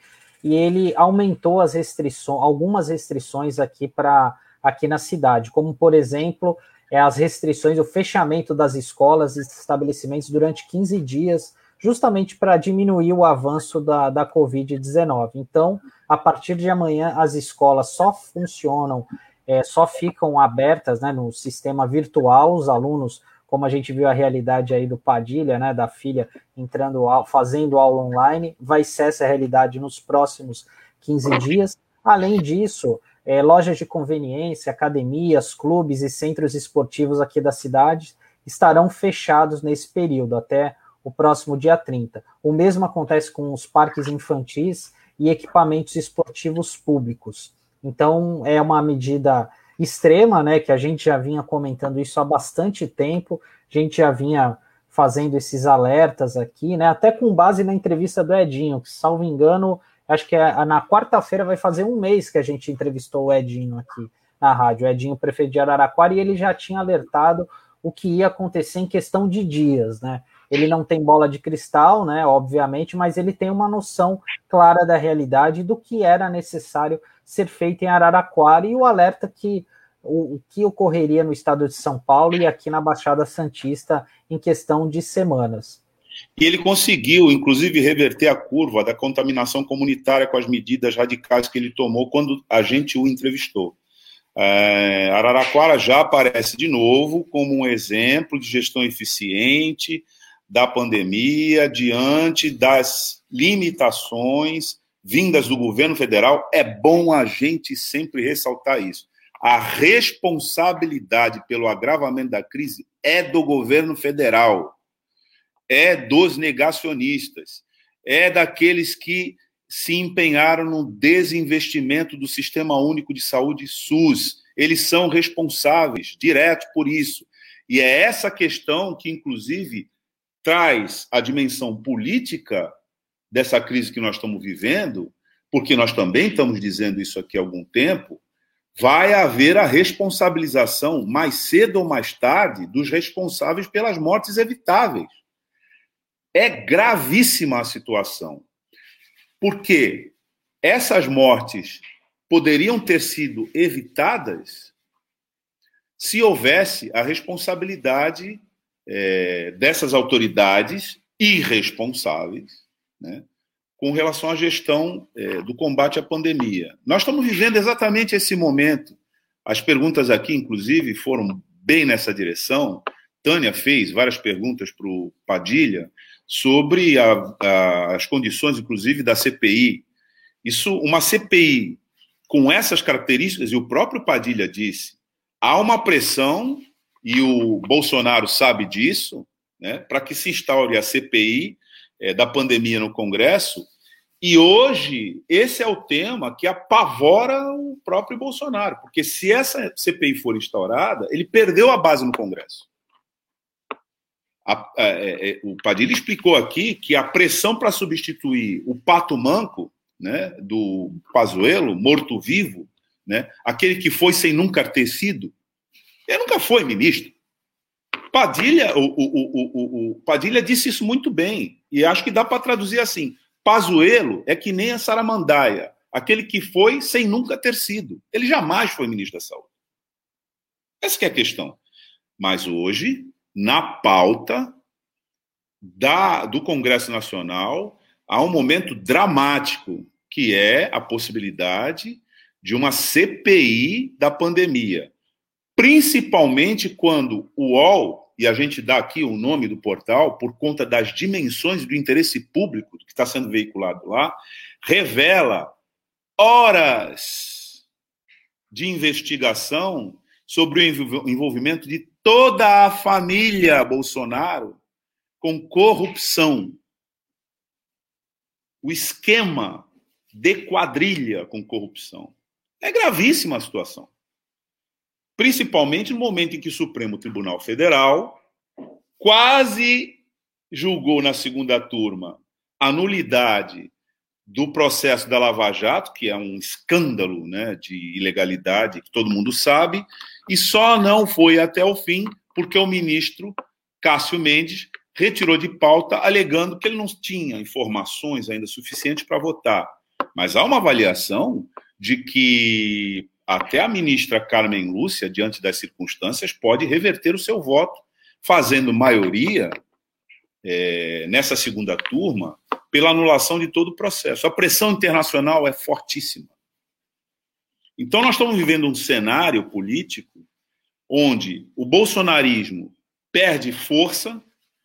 e ele aumentou as restrições, algumas restrições aqui na cidade, como, por exemplo, as restrições, o fechamento das escolas e estabelecimentos durante 15 dias, justamente para diminuir o avanço da Covid-19. Então, a partir de amanhã, as escolas só funcionam, só ficam abertas, né, no sistema virtual, os alunos, como a gente viu a realidade aí do Padilha, né, da filha fazendo aula online, vai ser essa a realidade nos próximos 15 dias. Além disso, lojas de conveniência, academias, clubes e centros esportivos aqui da cidade estarão fechados nesse período, até o próximo dia 30. O mesmo acontece com os parques infantis e equipamentos esportivos públicos. Então, é uma medida extrema, né, que a gente já vinha comentando isso há bastante tempo, a gente já vinha fazendo esses alertas aqui, né, até com base na entrevista do Edinho, que, salvo engano, acho que na quarta-feira vai fazer um mês que a gente entrevistou o Edinho aqui na rádio, o Edinho, prefeito de Araraquara, e ele já tinha alertado o que ia acontecer em questão de dias, né. Ele não tem bola de cristal, né, obviamente, mas ele tem uma noção clara da realidade do que era necessário ser feito em Araraquara e o alerta que o que ocorreria no estado de São Paulo e aqui na Baixada Santista em questão de semanas. E ele conseguiu, inclusive, reverter a curva da contaminação comunitária com as medidas radicais que ele tomou quando a gente o entrevistou. Araraquara já aparece de novo como um exemplo de gestão eficiente da pandemia diante das limitações vindas do governo federal. É bom a gente sempre ressaltar isso. A responsabilidade pelo agravamento da crise é do governo federal, é dos negacionistas, é daqueles que se empenharam no desinvestimento do Sistema Único de Saúde SUS. Eles são responsáveis direto por isso. E é essa questão que, inclusive, traz a dimensão política dessa crise que nós estamos vivendo, porque nós também estamos dizendo isso aqui há algum tempo. Vai haver a responsabilização, mais cedo ou mais tarde, dos responsáveis pelas mortes evitáveis. É gravíssima a situação, porque essas mortes poderiam ter sido evitadas se houvesse a responsabilidade dessas autoridades irresponsáveis, né, com relação à gestão do combate à pandemia. Nós estamos vivendo exatamente esse momento. As perguntas aqui, inclusive, foram bem nessa direção. Tânia fez várias perguntas para o Padilha sobre as condições, inclusive, da CPI. Uma CPI com essas características, e o próprio Padilha disse, há uma pressão, e o Bolsonaro sabe disso, né, para que se instaure a CPI da pandemia no Congresso, e hoje esse é o tema que apavora o próprio Bolsonaro, porque se essa CPI for instaurada, ele perdeu a base no Congresso. O Padilha explicou aqui que a pressão para substituir o pato manco, né, do Pazuello, morto-vivo, né, aquele que foi sem nunca ter sido, ele nunca foi ministro. O Padilha disse isso muito bem, e acho que dá para traduzir assim: Pazuello é que nem a Saramandaia, aquele que foi sem nunca ter sido. Ele jamais foi ministro da Saúde. Essa que é a questão. Mas hoje, na pauta do Congresso Nacional, há um momento dramático, que é a possibilidade de uma CPI da pandemia. Principalmente quando o UOL, e a gente dá aqui o nome do portal, por conta das dimensões do interesse público que está sendo veiculado lá, revela horas de investigação sobre o envolvimento de toda a família Bolsonaro com corrupção. O esquema de quadrilha com corrupção. É gravíssima a situação. Principalmente no momento em que o Supremo Tribunal Federal quase julgou na segunda turma a nulidade do processo da Lava Jato, que é um escândalo, né, de ilegalidade, que todo mundo sabe, e só não foi até o fim porque o ministro Cássio Mendes retirou de pauta, alegando que ele não tinha informações ainda suficientes para votar. Mas há uma avaliação de que até a ministra Carmen Lúcia, diante das circunstâncias, pode reverter o seu voto, fazendo maioria nessa segunda turma pela anulação de todo o processo. A pressão internacional é fortíssima. Então, nós estamos vivendo um cenário político onde o bolsonarismo perde força,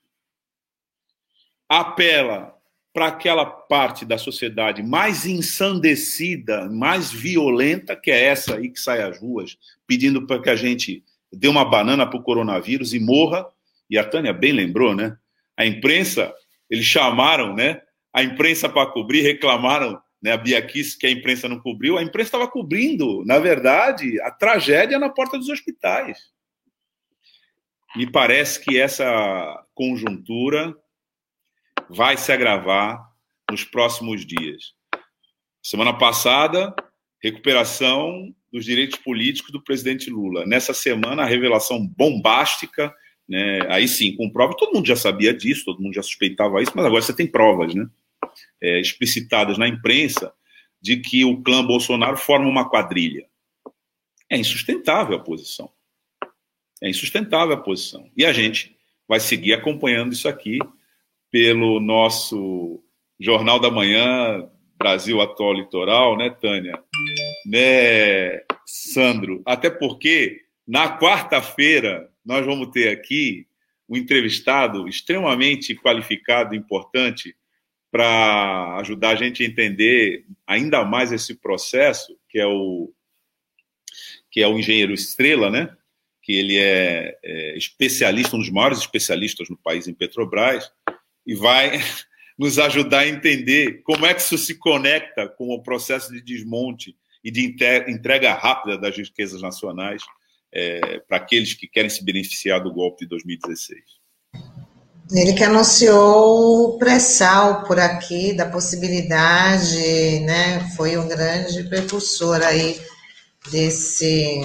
apela para aquela parte da sociedade mais ensandecida, mais violenta, que é essa aí que sai às ruas, pedindo para que a gente dê uma banana para o coronavírus e morra. E a Tânia bem lembrou, né? A imprensa, eles chamaram, né? A imprensa para cobrir, reclamaram, né? A Bia Kicis, que a imprensa não cobriu. A imprensa estava cobrindo, na verdade, a tragédia na porta dos hospitais. Me parece que essa conjuntura vai se agravar nos próximos dias. Semana passada, recuperação dos direitos políticos do presidente Lula. Nessa semana, a revelação bombástica, né? Aí sim, com prova, todo mundo já sabia disso, todo mundo já suspeitava isso, mas agora você tem provas, né? Explicitadas na imprensa de que o clã Bolsonaro forma uma quadrilha. É insustentável a posição. É insustentável a posição. E a gente vai seguir acompanhando isso aqui pelo nosso Jornal da Manhã, Brasil Atual Litoral, né, Tânia? Né, Sandro? Até porque, na quarta-feira, nós vamos ter aqui um entrevistado extremamente qualificado e importante para ajudar a gente a entender ainda mais esse processo, que é o engenheiro Estrela, né? Que ele é especialista, um dos maiores especialistas no país em Petrobras, e vai nos ajudar a entender como é que isso se conecta com o processo de desmonte e de entrega rápida das riquezas nacionais para aqueles que querem se beneficiar do golpe de 2016. Ele que anunciou o pré-sal por aqui, da possibilidade, né? Foi um grande precursor aí desse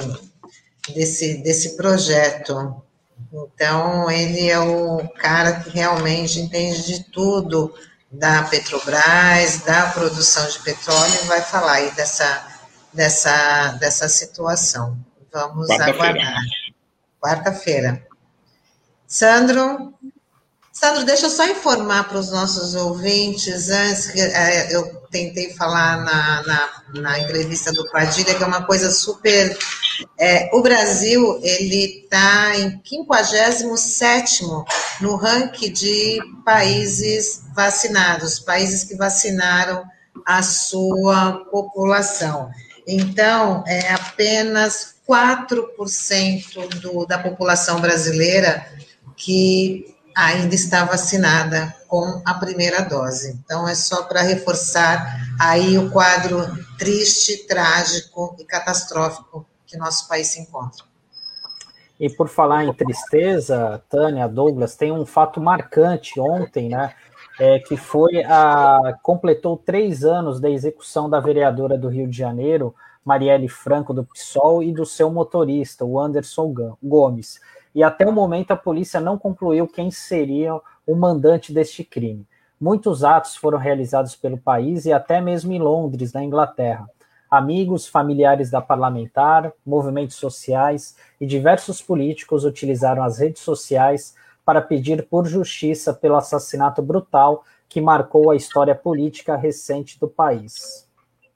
projeto. Então, ele é o cara que realmente entende de tudo da Petrobras, da produção de petróleo, e vai falar aí dessa situação. Vamos aguardar. Quarta-feira. Sandro, deixa eu só informar para os nossos ouvintes, antes que eu tentei falar na entrevista do Padilha, que é uma coisa super... o Brasil, ele está em 57º no ranking de países vacinados, países que vacinaram a sua população. Então, é apenas 4% da população brasileira que ainda está vacinada com a primeira dose. Então, é só para reforçar aí o quadro triste, trágico e catastrófico que nosso país se encontra. E por falar em tristeza, Tânia, Douglas, tem um fato marcante ontem, né? Que completou 3 anos da execução da vereadora do Rio de Janeiro, Marielle Franco, do PSOL, e do seu motorista, o Anderson Gomes. E até o momento a polícia não concluiu quem seria o mandante deste crime. Muitos atos foram realizados pelo país e até mesmo em Londres, na Inglaterra. Amigos, familiares da parlamentar, movimentos sociais e diversos políticos utilizaram as redes sociais para pedir por justiça pelo assassinato brutal que marcou a história política recente do país.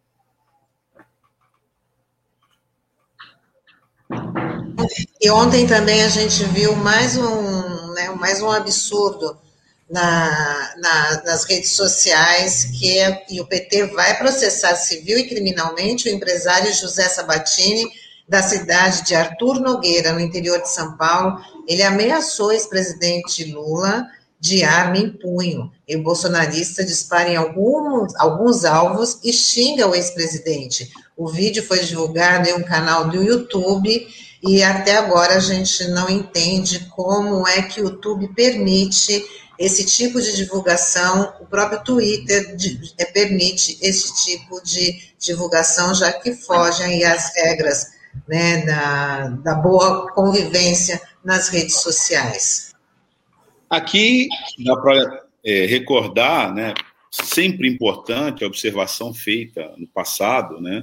E ontem também a gente viu mais um absurdo nas redes sociais, e o PT vai processar civil e criminalmente o empresário José Sabatini, da cidade de Arthur Nogueira, no interior de São Paulo. Ele ameaçou o ex-presidente Lula de arma em punho. E o bolsonarista dispara em alguns alvos e xinga o ex-presidente. O vídeo foi divulgado em um canal do YouTube e até agora a gente não entende como é que o YouTube permite esse tipo de divulgação. O próprio Twitter permite esse tipo de divulgação, já que fogem aí as regras, né, da boa convivência nas redes sociais. Aqui dá para recordar, né, sempre importante a observação feita no passado, né,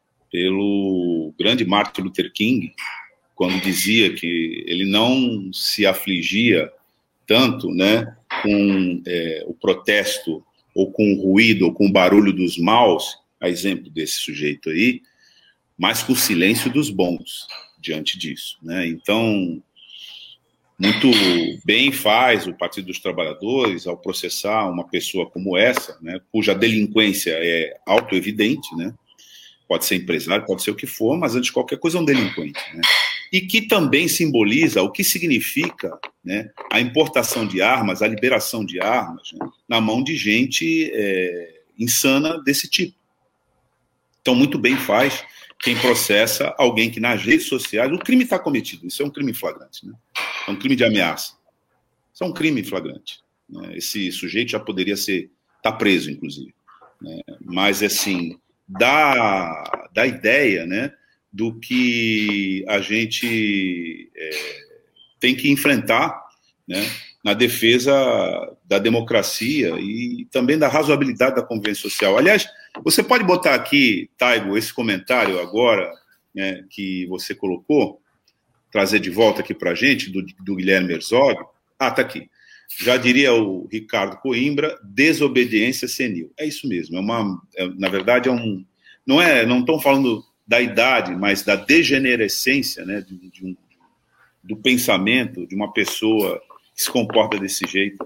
pelo grande Martin Luther King, quando dizia que ele não se afligia tanto, né, com o protesto, ou com o ruído, ou com o barulho dos maus, a exemplo desse sujeito aí, mas com o silêncio dos bons diante disso, né? Então, muito bem faz o Partido dos Trabalhadores ao processar uma pessoa como essa, né, cuja delinquência é autoevidente, né? Pode ser empresário, pode ser o que for, mas antes de qualquer coisa é um delinquente, né? E que também simboliza o que significa, né, a importação de armas, a liberação de armas, né, na mão de gente insana desse tipo. Então, muito bem faz quem processa alguém que nas redes sociais... O crime está cometido, isso é um crime flagrante, né? É um crime de ameaça. Isso é um crime flagrante, né? Esse sujeito já poderia estar preso, inclusive, né? Mas, assim, dá ideia, né, do que a gente tem que enfrentar, né, na defesa da democracia e também da razoabilidade da convivência social. Aliás, você pode botar aqui, Taigo, esse comentário agora, né, que você colocou, trazer de volta aqui para a gente, do Guilherme Herzog. Está aqui. Já diria o Ricardo Coimbra, desobediência senil. É isso mesmo. Na verdade, não estão falando da idade, mas da degenerescência, né, do pensamento de uma pessoa que se comporta desse jeito.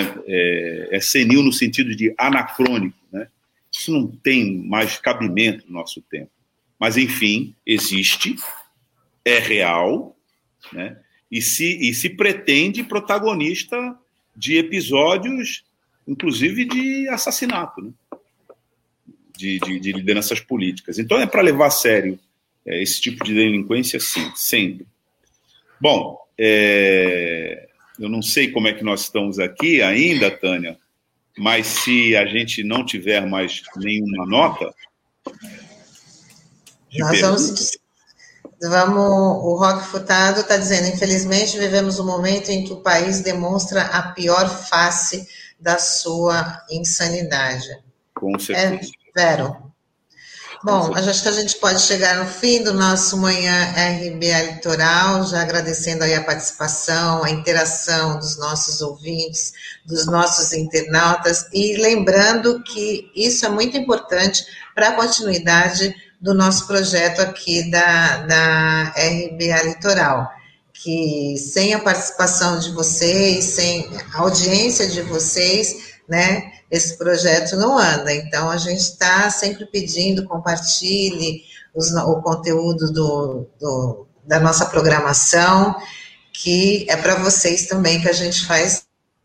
É senil no sentido de anacrônico, né? Isso não tem mais cabimento no nosso tempo. Mas, enfim, existe, é real, né? E se pretende protagonista de episódios, inclusive de assassinato, né? De lideranças políticas. Então, é para levar a sério esse tipo de delinquência, sim, sempre. Bom, eu não sei como é que nós estamos aqui ainda, Tânia, mas se a gente não tiver mais nenhuma nota... Nós vamos... O Roque Furtado está dizendo, infelizmente, vivemos um momento em que o país demonstra a pior face da sua insanidade. Com certeza. Vero. Bom, acho que a gente pode chegar no fim do nosso Manhã RBA Litoral, já agradecendo aí a participação, a interação dos nossos ouvintes, dos nossos internautas, e lembrando que isso é muito importante para a continuidade do nosso projeto aqui da RBA Litoral, que sem a participação de vocês, sem a audiência de vocês, né, esse projeto não anda. Então, a gente está sempre pedindo, compartilhe o conteúdo da nossa programação, que é para vocês também que a gente faz.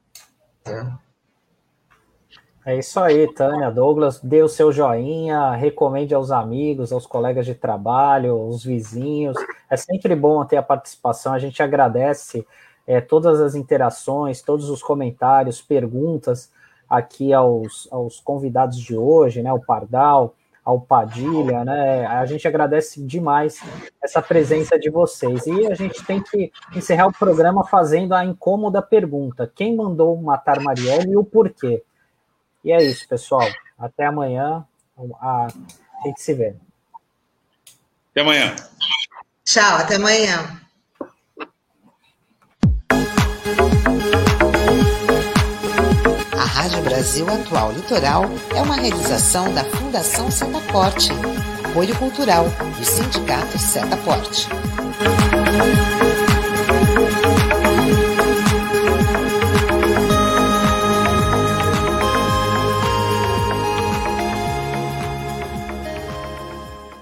É isso aí, Tânia. Douglas, dê o seu joinha, recomende aos amigos, aos colegas de trabalho, aos vizinhos. É sempre bom ter a participação, a gente agradece todas as interações, todos os comentários, perguntas aqui aos convidados de hoje, né, ao Pardal, ao Padilha, né, a gente agradece demais essa presença de vocês, e a gente tem que encerrar o programa fazendo a incômoda pergunta, quem mandou matar Marielle e o porquê? E é isso, pessoal, até amanhã, a gente se vê. Até amanhã. Tchau, até amanhã. A Rádio Brasil Atual Litoral é uma realização da Fundação Setaporte, apoio cultural do Sindicato Setaporte.